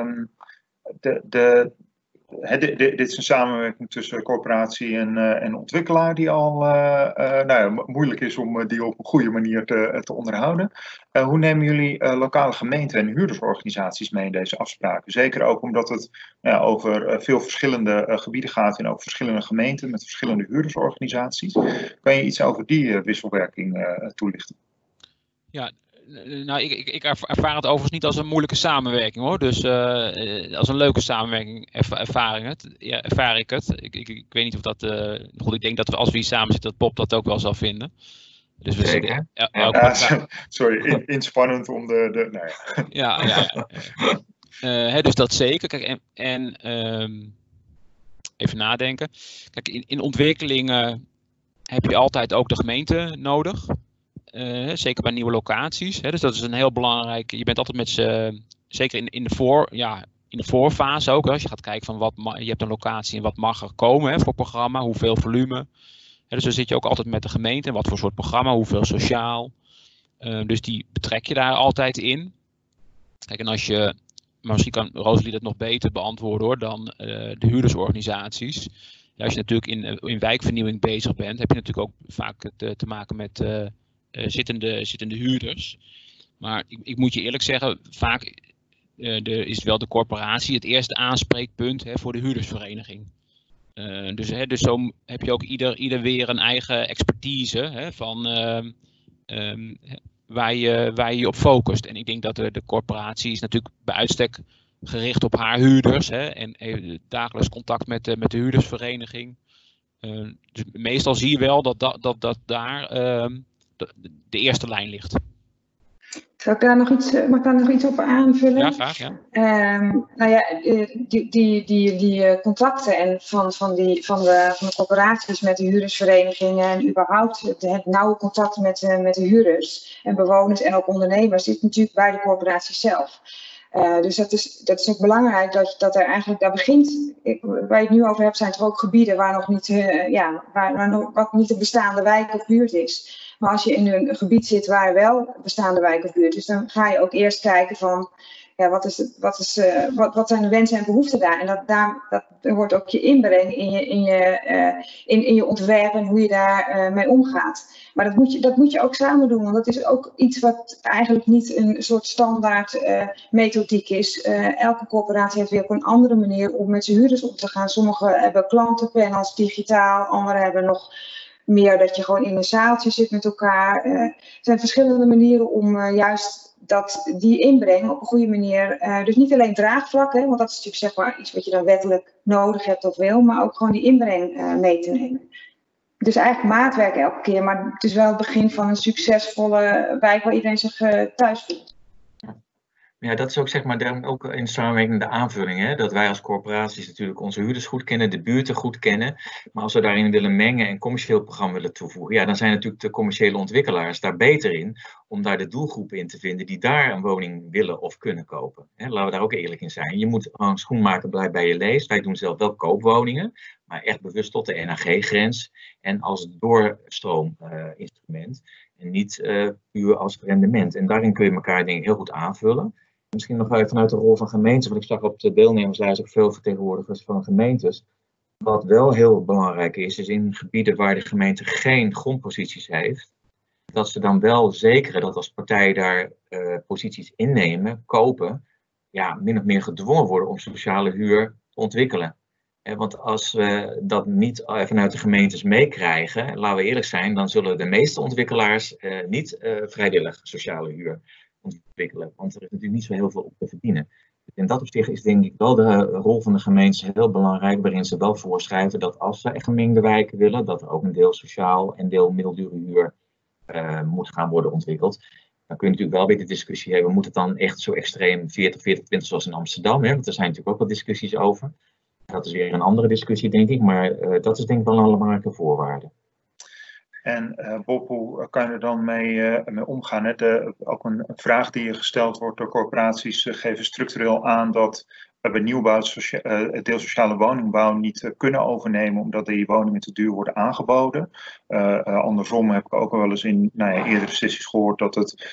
dit is een samenwerking tussen corporatie en ontwikkelaar die al moeilijk is om die op een goede manier te onderhouden. Hoe nemen jullie lokale gemeenten en huurdersorganisaties mee in deze afspraken? Zeker ook omdat het over veel verschillende gebieden gaat en ook verschillende gemeenten met verschillende huurdersorganisaties. Kan je iets over die wisselwerking toelichten? Ja. Nou, ik ervaar het overigens niet als een moeilijke samenwerking hoor. Dus als een leuke samenwerking ervaar ik het. Ik weet niet of dat. Goed, ik denk dat we als we hier samen zitten, dat Bob dat ook wel zal vinden. Dus we zitten. Sorry, inspannend om de dus dat zeker. Kijk, even nadenken. Kijk, in ontwikkelingen heb je altijd ook de gemeente nodig. Zeker bij nieuwe locaties. Dus dat is een heel belangrijk. Je bent altijd met z'n. Zeker in de voorfase ook. Als je gaat kijken van je hebt een locatie en wat mag er komen voor programma, hoeveel volume. Dus dan zit je ook altijd met de gemeente. Wat voor soort programma, hoeveel sociaal. Dus die betrek je daar altijd in. Kijk, en maar misschien kan Rosalie dat nog beter beantwoorden hoor, dan de huurdersorganisaties. Ja, als je natuurlijk in wijkvernieuwing bezig bent, heb je natuurlijk ook vaak te maken met zittende huurders. Maar ik moet je eerlijk zeggen, vaak is wel de corporatie het eerste aanspreekpunt voor de huurdersvereniging. Dus zo heb je ook ieder weer een eigen expertise van waar je op focust. En ik denk dat de corporatie is natuurlijk bij uitstek gericht op haar huurders en dagelijks contact met de huurdersvereniging. Dus meestal zie je wel dat daar de eerste lijn ligt. Mag ik daar nog iets op aanvullen? Ja, graag. Ja. Die contacten en van de corporaties met de huurdersverenigingen en überhaupt het nauwe contact met de huurders en bewoners en ook ondernemers zit natuurlijk bij de corporatie zelf. Dus dat is ook belangrijk dat er eigenlijk, daar begint, waar je het nu over hebt, zijn er ook gebieden waar nog niet, wat niet een bestaande wijk of buurt is. Maar als je in een gebied zit waar wel een bestaande wijk of buurt is, dan ga je ook eerst kijken van, ja, wat zijn de wensen en behoeften daar? En dat wordt ook je inbreng in je ontwerp en hoe je daar mee omgaat. Maar dat moet je ook samen doen, want dat is ook iets wat eigenlijk niet een soort standaard methodiek is. Elke corporatie heeft weer op een andere manier om met zijn huurders om te gaan. Sommigen hebben klantenpanels digitaal, anderen hebben nog meer dat je gewoon in een zaaltje zit met elkaar. Er zijn verschillende manieren om juist die inbreng op een goede manier, dus niet alleen draagvlak, hè, want dat is natuurlijk zeg maar iets wat je dan wettelijk nodig hebt of wil, maar ook gewoon die inbreng mee te nemen. Dus eigenlijk maatwerk elke keer, maar het is wel het begin van een succesvolle wijk waar iedereen zich thuis voelt. Ja, dat is ook zeg maar dan ook in samenwerking de aanvulling. Hè? Dat wij als corporaties natuurlijk onze huurders goed kennen, de buurten goed kennen. Maar als we daarin willen mengen en commercieel programma willen toevoegen, ja, dan zijn natuurlijk de commerciële ontwikkelaars daar beter in om daar de doelgroepen in te vinden die daar een woning willen of kunnen kopen. Hè? Laten we daar ook eerlijk in zijn. Je moet gewoon schoenmaker blijven bij je lees. Wij doen zelf wel koopwoningen, maar echt bewust tot de NAG-grens en als doorstroominstrument en niet puur als rendement. En daarin kun je elkaar denk ik heel goed aanvullen. Misschien nog even vanuit de rol van gemeenten, want ik zag op de deelnemerslijst ook veel vertegenwoordigers van gemeentes. Wat wel heel belangrijk is in gebieden waar de gemeente geen grondposities heeft, dat ze dan wel zekeren dat als partijen daar posities innemen, kopen, ja, min of meer gedwongen worden om sociale huur te ontwikkelen. Want als we dat niet vanuit de gemeentes meekrijgen, laten we eerlijk zijn, dan zullen de meeste ontwikkelaars niet vrijwillig sociale huur ontwikkelen. Want er is natuurlijk niet zo heel veel op te verdienen. In dat opzicht is denk ik wel de rol van de gemeentes heel belangrijk, waarin ze wel voorschrijven dat als ze echt gemengde wijken willen, dat er ook een deel sociaal en deel middeldure huur moet gaan worden ontwikkeld. Dan kun je natuurlijk wel weer de discussie hebben, moet het dan echt zo extreem 40, 40, 20 zoals in Amsterdam? Hè? Want er zijn natuurlijk ook wel discussies over. Dat is weer een andere discussie, denk ik, maar dat is denk ik wel een belangrijke voorwaarde. En Bob, hoe kan je er dan mee omgaan? Hè? Ook een vraag die je gesteld wordt door corporaties geven structureel aan dat bij nieuwbouw deel sociale woningbouw niet kunnen overnemen omdat die woningen te duur worden aangeboden. Andersom heb ik ook wel eens in eerdere sessies gehoord dat het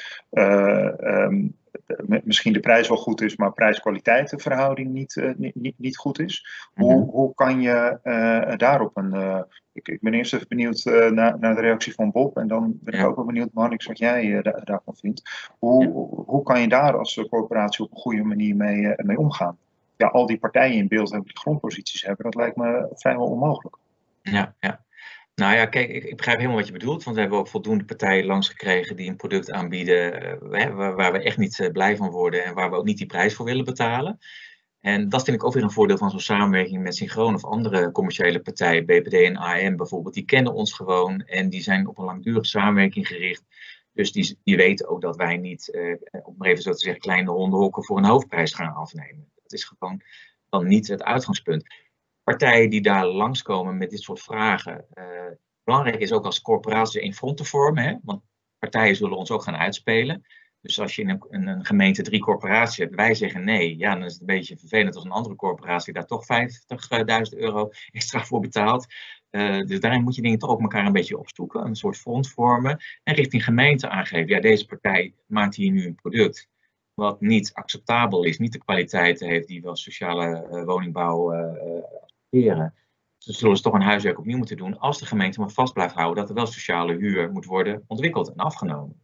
misschien de prijs wel goed is, maar prijs-kwaliteit de verhouding niet goed is. Hoe kan je daarop ik ben eerst even benieuwd naar de reactie van Bob en dan ben ik ook wel benieuwd, Marnix, wat jij daarvan vindt. Hoe kan je daar als corporatie op een goede manier mee omgaan? Ja, al die partijen in beeld hebben die grondposities hebben, dat lijkt me vrijwel onmogelijk. Ja. Nou ja, kijk, ik begrijp helemaal wat je bedoelt, want we hebben ook voldoende partijen langsgekregen die een product aanbieden waar we echt niet blij van worden en waar we ook niet die prijs voor willen betalen. En dat vind ik ook weer een voordeel van zo'n samenwerking met Synchroon of andere commerciële partijen, BPD en AM bijvoorbeeld. Die kennen ons gewoon en die zijn op een langdurige samenwerking gericht. Dus die weten ook dat wij niet, om maar even zo te zeggen, kleine hondenhokken voor een hoofdprijs gaan afnemen. Dat is gewoon dan niet het uitgangspunt. Partijen die daar langskomen met dit soort vragen. Belangrijk is ook als corporatie een front te vormen, hè? Want partijen zullen ons ook gaan uitspelen. Dus als je in een gemeente 3 corporaties hebt, wij zeggen nee, ja, dan is het een beetje vervelend als een andere corporatie daar toch €50.000 extra voor betaalt. Dus daarin moet je dingen toch ook elkaar een beetje opzoeken, een soort front vormen en richting gemeente aangeven. Ja, deze partij maakt hier nu een product wat niet acceptabel is, niet de kwaliteit heeft die we als sociale woningbouw accepteren. Dus zullen ze toch een huiswerk opnieuw moeten doen als de gemeente maar vast blijft houden dat er wel sociale huur moet worden ontwikkeld en afgenomen.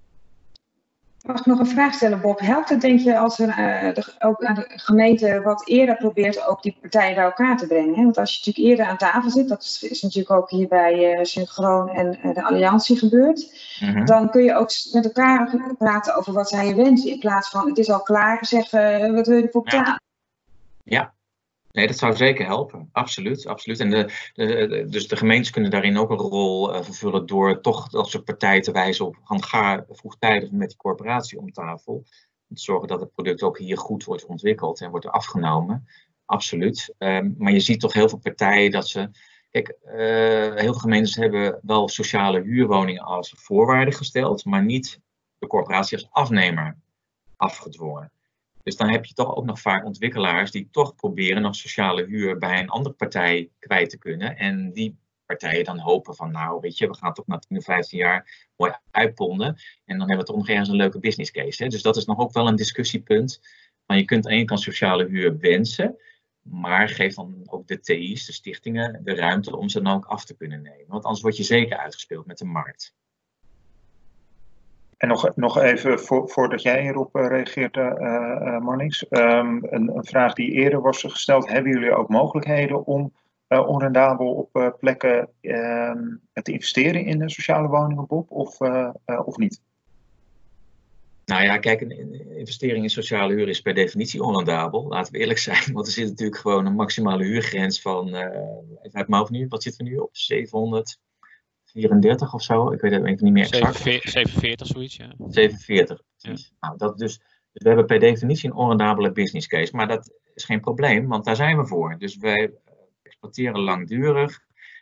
Mag ik nog een vraag stellen, Bob? Helpt het, denk je, als er ook aan de gemeente wat eerder probeert ook die partijen bij elkaar te brengen? Hè? Want als je natuurlijk eerder aan tafel zit, dat is natuurlijk ook hier bij Synchroon en de Alliantie gebeurd, dan kun je ook met elkaar praten over wat zijn je wensen, in plaats van het is al klaar, zeggen wat wil je ervoor betalen? Ja. Nee, dat zou zeker helpen. Absoluut, absoluut. En dus de gemeentes kunnen daarin ook een rol vervullen door toch dat soort partijen te wijzen op ga vroegtijdig met die corporatie om tafel. Om te zorgen dat het product ook hier goed wordt ontwikkeld en wordt afgenomen. Absoluut. Maar je ziet toch heel veel partijen dat ze... Kijk, heel veel gemeentes hebben wel sociale huurwoningen als voorwaarde gesteld, maar niet de corporatie als afnemer afgedwongen. Dus dan heb je toch ook nog vaak ontwikkelaars die toch proberen nog sociale huur bij een andere partij kwijt te kunnen. En die partijen dan hopen van, nou weet je, we gaan toch na 10 of 15 jaar mooi uitponden. En dan hebben we toch nog ergens een leuke business case. Hè? Dus dat is nog ook wel een discussiepunt. Maar je kunt aan de ene kant sociale huur wensen, maar geef dan ook de TI's, de stichtingen, de ruimte om ze dan ook af te kunnen nemen. Want anders word je zeker uitgespeeld met de markt. En nog even, voordat jij hierop reageert, Marnix. Een vraag die eerder was gesteld. Hebben jullie ook mogelijkheden om onrendabel op plekken te investeren in sociale woningen, Bob? Of niet? Nou ja, kijk, een investering in sociale huur is per definitie onrendabel. Laten we eerlijk zijn, want er zit natuurlijk gewoon een maximale huurgrens van, even uit mijn hoofd nu, wat zitten we nu op? 734 of zo? Ik weet het even niet meer exact. 47 zoiets, ja. 47, precies. Ja. Nou, dus we hebben per definitie een onrendabele business case, maar dat is geen probleem, want daar zijn we voor. Dus wij exploiteren langdurig.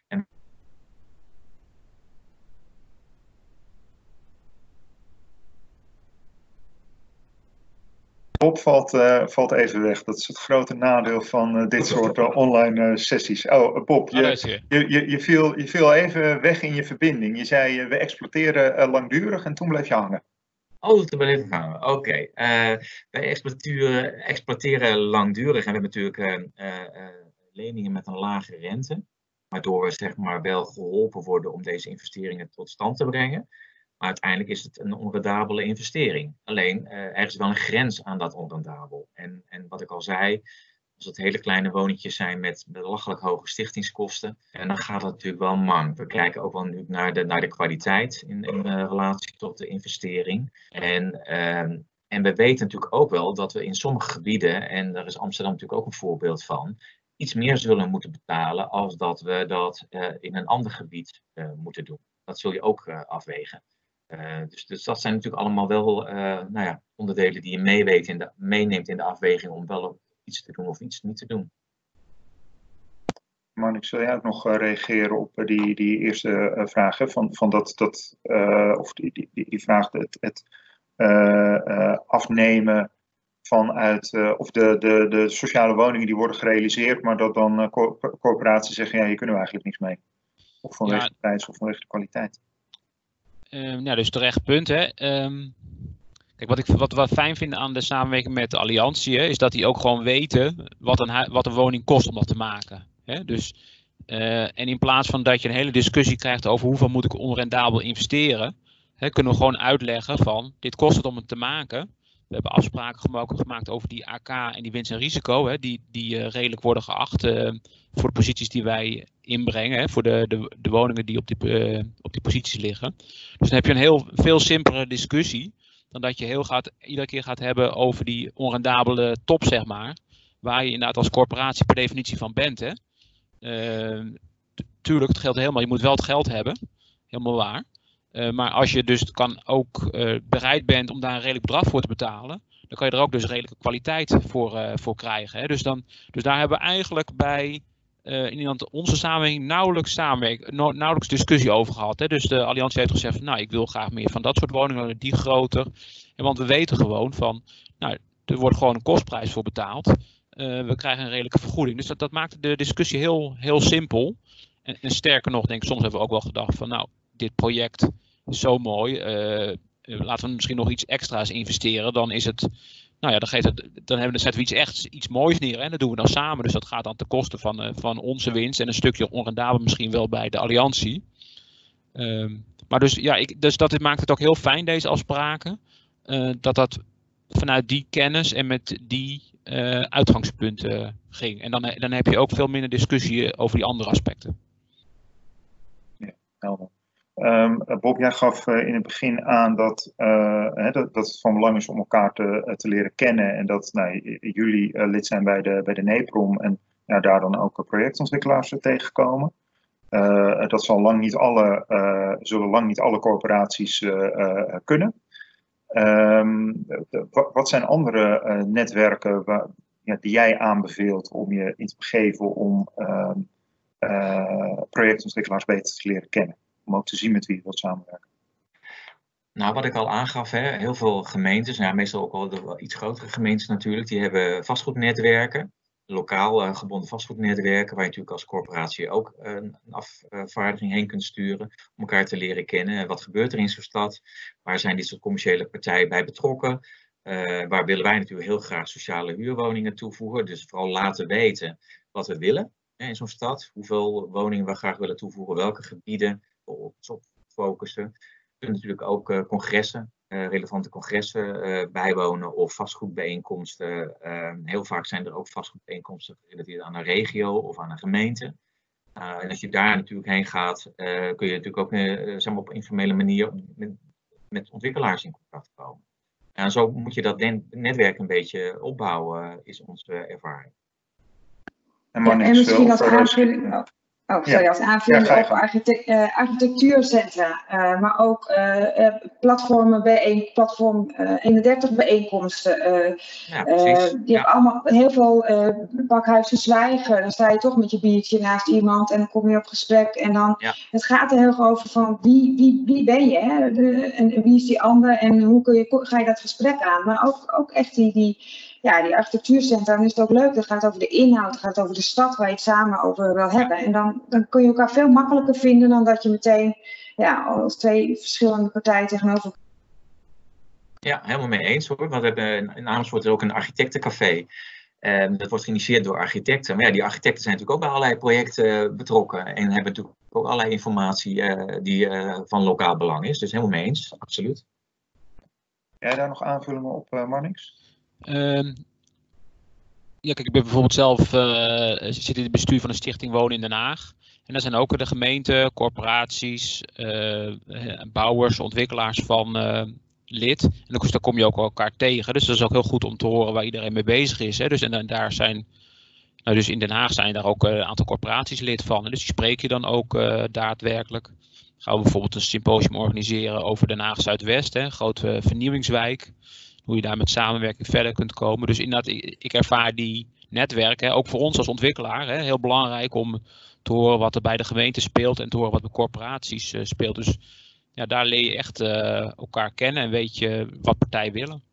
Bob valt even weg. Dat is het grote nadeel van dit soort online sessies. Oh, Bob, je viel even weg in je verbinding. Je zei, we exploiteren langdurig en toen bleef je hangen. Oh, toen bleef ik hangen. Oké. Wij exploiteren langdurig en we hebben natuurlijk leningen met een lage rente. Waardoor we zeg maar wel geholpen worden om deze investeringen tot stand te brengen. Maar uiteindelijk is het een onrendabele investering. Alleen, er is wel een grens aan dat onrendabel. En wat ik al zei, als het hele kleine woningjes zijn met belachelijk hoge stichtingskosten, en dan gaat het natuurlijk wel mank. We kijken ook wel nu naar de kwaliteit in relatie tot de investering. En we weten natuurlijk ook wel dat we in sommige gebieden, en daar is Amsterdam natuurlijk ook een voorbeeld van, iets meer zullen moeten betalen als dat we dat in een ander gebied moeten doen. Dat zul je ook afwegen. Dus dat zijn natuurlijk allemaal wel onderdelen die je meeneemt in de afweging om wel iets te doen of iets niet te doen. Marnix, wil jij ook nog reageren op die eerste vraag? Hè? Of die vraag, het afnemen vanuit, of de sociale woningen die worden gerealiseerd, maar dat dan corporaties zeggen, ja, hier kunnen we eigenlijk niks mee. Of vanwege de prijs of vanwege de kwaliteit. Dus terecht punt. Hè. Kijk, wat we fijn vinden aan de samenwerking met de Alliantie, is dat die ook gewoon weten wat een woning kost om dat te maken. Hè. Dus, en in plaats van dat je een hele discussie krijgt over hoeveel moet ik onrendabel investeren, kunnen we gewoon uitleggen van dit kost het om het te maken. We hebben afspraken gemaakt over die AK en die winst en risico, die redelijk worden geacht voor de posities die wij inbrengen, voor de woningen die op die posities liggen. Dus dan heb je een veel simpelere discussie dan dat je iedere keer gaat hebben over die onrendabele top, zeg maar, waar je inderdaad als corporatie per definitie van bent. Hè. Tuurlijk, het geldt helemaal, je moet wel het geld hebben, helemaal waar. Maar als je dus ook bereid bent om daar een redelijk bedrag voor te betalen, dan kan je er ook dus redelijke kwaliteit voor krijgen. Hè. Dus daar hebben we eigenlijk bij in onze samenwerking nauwelijks discussie over gehad. Hè. Dus de Alliantie heeft gezegd van, nou, ik wil graag meer van dat soort woningen, die groter. En want we weten gewoon van, nou, er wordt gewoon een kostprijs voor betaald. We krijgen een redelijke vergoeding. Dus dat maakt de discussie heel simpel. En sterker nog, denk ik, soms hebben we ook wel gedacht van, nou, dit project is zo mooi. Laten we misschien nog iets extra's investeren. Dan is het, nou ja, dan zetten we iets moois neer. En dat doen we dan samen. Dus dat gaat dan ten koste van onze winst. En een stukje onrendabel misschien wel bij de Alliantie. Maar dus dat maakt het ook heel fijn, deze afspraken. Dat vanuit die kennis en met die uitgangspunten ging. En dan heb je ook veel minder discussie over die andere aspecten. Ja, helder. Bob, jij gaf in het begin aan dat het van belang is om elkaar te leren kennen. En dat jullie lid zijn bij de NEPROM en daar dan ook projectontwikkelaars tegenkomen. Dat zullen lang niet alle corporaties kunnen. Wat zijn andere netwerken die jij aanbeveelt om je in te begeven om projectontwikkelaars beter te leren kennen? Om ook te zien met wie je wilt samenwerken. Nou, wat ik al aangaf, hè, heel veel gemeentes, nou, meestal ook wel iets grotere gemeentes natuurlijk, die hebben vastgoednetwerken, lokaal gebonden vastgoednetwerken, waar je natuurlijk als corporatie ook een afvaardiging heen kunt sturen, om elkaar te leren kennen. Wat gebeurt er in zo'n stad? Waar zijn dit soort commerciële partijen bij betrokken? Waar willen wij natuurlijk heel graag sociale huurwoningen toevoegen, dus vooral laten weten wat we willen in zo'n stad, hoeveel woningen we graag willen toevoegen, welke gebieden we op focussen. We kunnen natuurlijk ook congressen, relevante congressen bijwonen of vastgoedbijeenkomsten. Heel vaak zijn er ook vastgoedbijeenkomsten gerelateerd aan een regio of aan een gemeente. En als je daar natuurlijk heen gaat, kun je natuurlijk ook zeg maar op informele manier met ontwikkelaars in contact komen. En zo moet je dat netwerk een beetje opbouwen, is onze ervaring. En misschien als aanvulling. Als aanvulling op architectuurcentra, maar ook platform 31 bijeenkomsten. Die hebben allemaal heel veel pakhuizen zwijgen. Dan sta je toch met je biertje naast iemand en dan kom je op gesprek. En dan, het gaat er heel erg over van wie ben je, hè? En wie is die ander en hoe ga je dat gesprek aan. Maar ook echt die architectuurcentra, dan is het ook leuk. Dat gaat over de inhoud, het gaat over de stad waar je het samen over wil hebben. En dan kun je elkaar veel makkelijker vinden dan dat je meteen als twee verschillende partijen tegenover. Ja, helemaal mee eens hoor. Want we hebben in Amersfoort ook een architectencafé. Dat wordt geïnitieerd door architecten. Maar die architecten zijn natuurlijk ook bij allerlei projecten betrokken. En hebben natuurlijk ook allerlei informatie die van lokaal belang is. Dus helemaal mee eens, absoluut. Jij daar nog aanvullingen op, Marnix? Kijk, ik ben bijvoorbeeld zelf zit in het bestuur van een stichting Wonen in Den Haag. En daar zijn ook de gemeenten, corporaties, bouwers, ontwikkelaars van lid. En daar kom je ook elkaar tegen. Dus dat is ook heel goed om te horen waar iedereen mee bezig is. Hè. Dus, en daar zijn, dus in Den Haag zijn daar ook een aantal corporaties lid van. Dus die spreek je dan ook daadwerkelijk. Gaan we bijvoorbeeld een symposium organiseren over Den Haag Zuidwest, een grote vernieuwingswijk. Hoe je daar met samenwerking verder kunt komen. Dus inderdaad, ik ervaar die netwerken, ook voor ons als ontwikkelaar, heel belangrijk om te horen wat er bij de gemeente speelt en te horen wat bij corporaties speelt. Dus ja, daar leer je echt elkaar kennen en weet je wat partijen willen.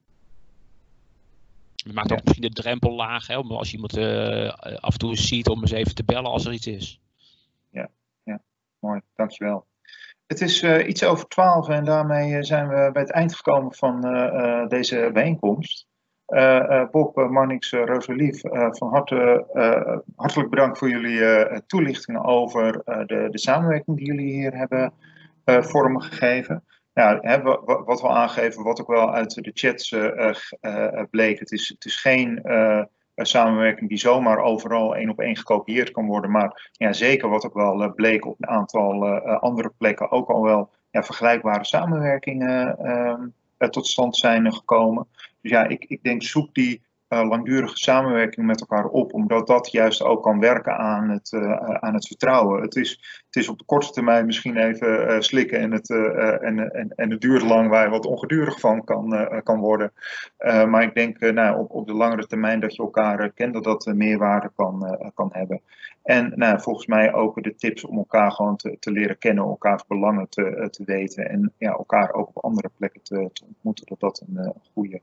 Je maakt ook misschien de drempel laag, om als je iemand af en toe eens ziet om eens even te bellen als er iets is. Ja, mooi, dankjewel. Het is iets over 12 en daarmee zijn we bij het eind gekomen van deze bijeenkomst. Bob, Marnix, Roosalief, van harte hartelijk bedankt voor jullie toelichtingen over de samenwerking die jullie hier hebben vormgegeven. Nou, wat we aangeven, wat ook wel uit de chats bleek, het is geen samenwerking die zomaar overal 1 op 1 gekopieerd kan worden. Maar zeker wat ook wel bleek op een aantal andere plekken ook al wel vergelijkbare samenwerkingen tot stand zijn gekomen. Dus ik denk zoek die langdurige samenwerking met elkaar op, omdat dat juist ook kan werken aan het vertrouwen. Het is op de korte termijn misschien even slikken en het duurt lang waar je wat ongedurig van kan worden. Maar ik denk op de langere termijn dat je elkaar kent, dat meerwaarde kan hebben. En volgens mij ook de tips om elkaar gewoon te leren kennen, elkaars belangen te weten en elkaar ook op andere plekken te ontmoeten, dat een goede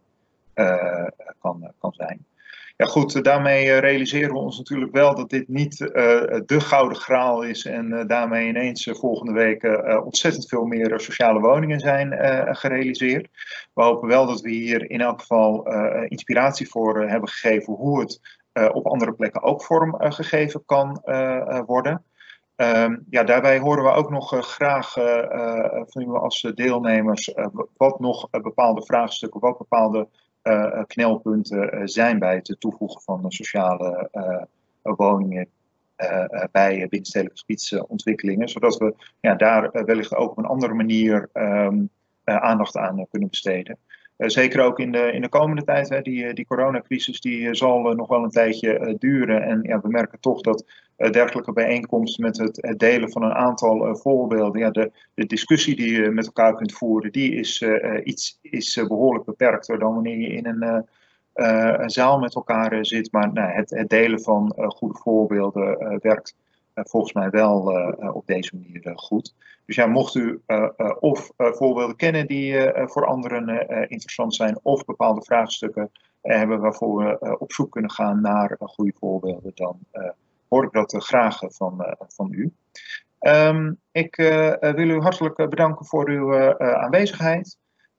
kan zijn. Ja goed, daarmee realiseren we ons natuurlijk wel dat dit niet de gouden graal is en daarmee ineens volgende week ontzettend veel meer sociale woningen zijn gerealiseerd. We hopen wel dat we hier in elk geval inspiratie voor hebben gegeven hoe het op andere plekken ook vorm gegeven kan worden. Daarbij horen we ook nog graag van u als deelnemers wat nog bepaalde vraagstukken, wat bepaalde knelpunten zijn bij het toevoegen van sociale woningen bij binnenstedelijke gebiedsontwikkelingen, zodat we daar wellicht ook op een andere manier aandacht aan kunnen besteden. Zeker ook in de komende tijd, die coronacrisis die zal nog wel een tijdje duren. En we merken toch dat dergelijke bijeenkomsten met het delen van een aantal voorbeelden, de discussie die je met elkaar kunt voeren, die is behoorlijk beperkt dan wanneer je in een zaal met elkaar zit. Maar het delen van goede voorbeelden werkt volgens mij wel op deze manier goed. Dus ja, mocht u of voorbeelden kennen die voor anderen interessant zijn, of bepaalde vraagstukken hebben waarvoor we op zoek kunnen gaan naar goede voorbeelden, dan hoor ik dat graag van u. Ik wil u hartelijk bedanken voor uw aanwezigheid.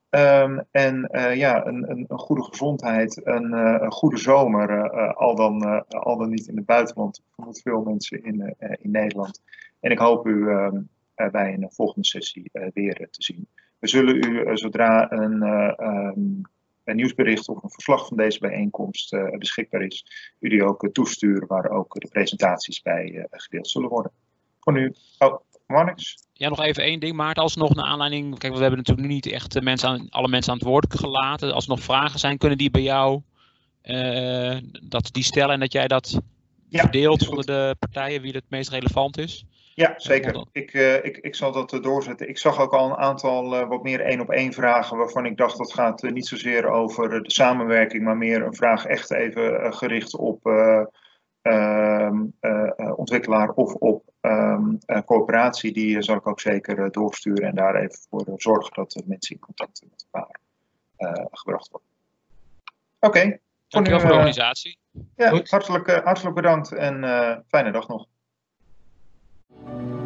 Een goede gezondheid, een goede zomer, al dan niet in het buitenland. Ik vermoed veel mensen in Nederland. En ik hoop u bij een volgende sessie weer te zien. We zullen u zodra een nieuwsbericht of een verslag van deze bijeenkomst beschikbaar is, u die ook toesturen waar ook de presentaties bij gedeeld zullen worden. Voor nu, Marnix. Ja, nog even één ding, Maarten. Alsnog naar aanleiding. Kijk, we hebben natuurlijk nu niet echt alle mensen aan het woord gelaten. Als er nog vragen zijn, kunnen die bij jou die stellen en dat jij dat verdeelt onder de partijen wie het meest relevant is? Ja, zeker. Ik zal dat doorzetten. Ik zag ook al een aantal wat meer 1-op-1 vragen waarvan ik dacht dat gaat niet zozeer over de samenwerking, maar meer een vraag echt even gericht op ontwikkelaar of op coöperatie. Die zal ik ook zeker doorsturen en daar even voor zorgen dat de mensen in contact met elkaar gebracht worden. Oké. Dankjewel voor de organisatie. Ja, hartelijk bedankt en fijne dag nog.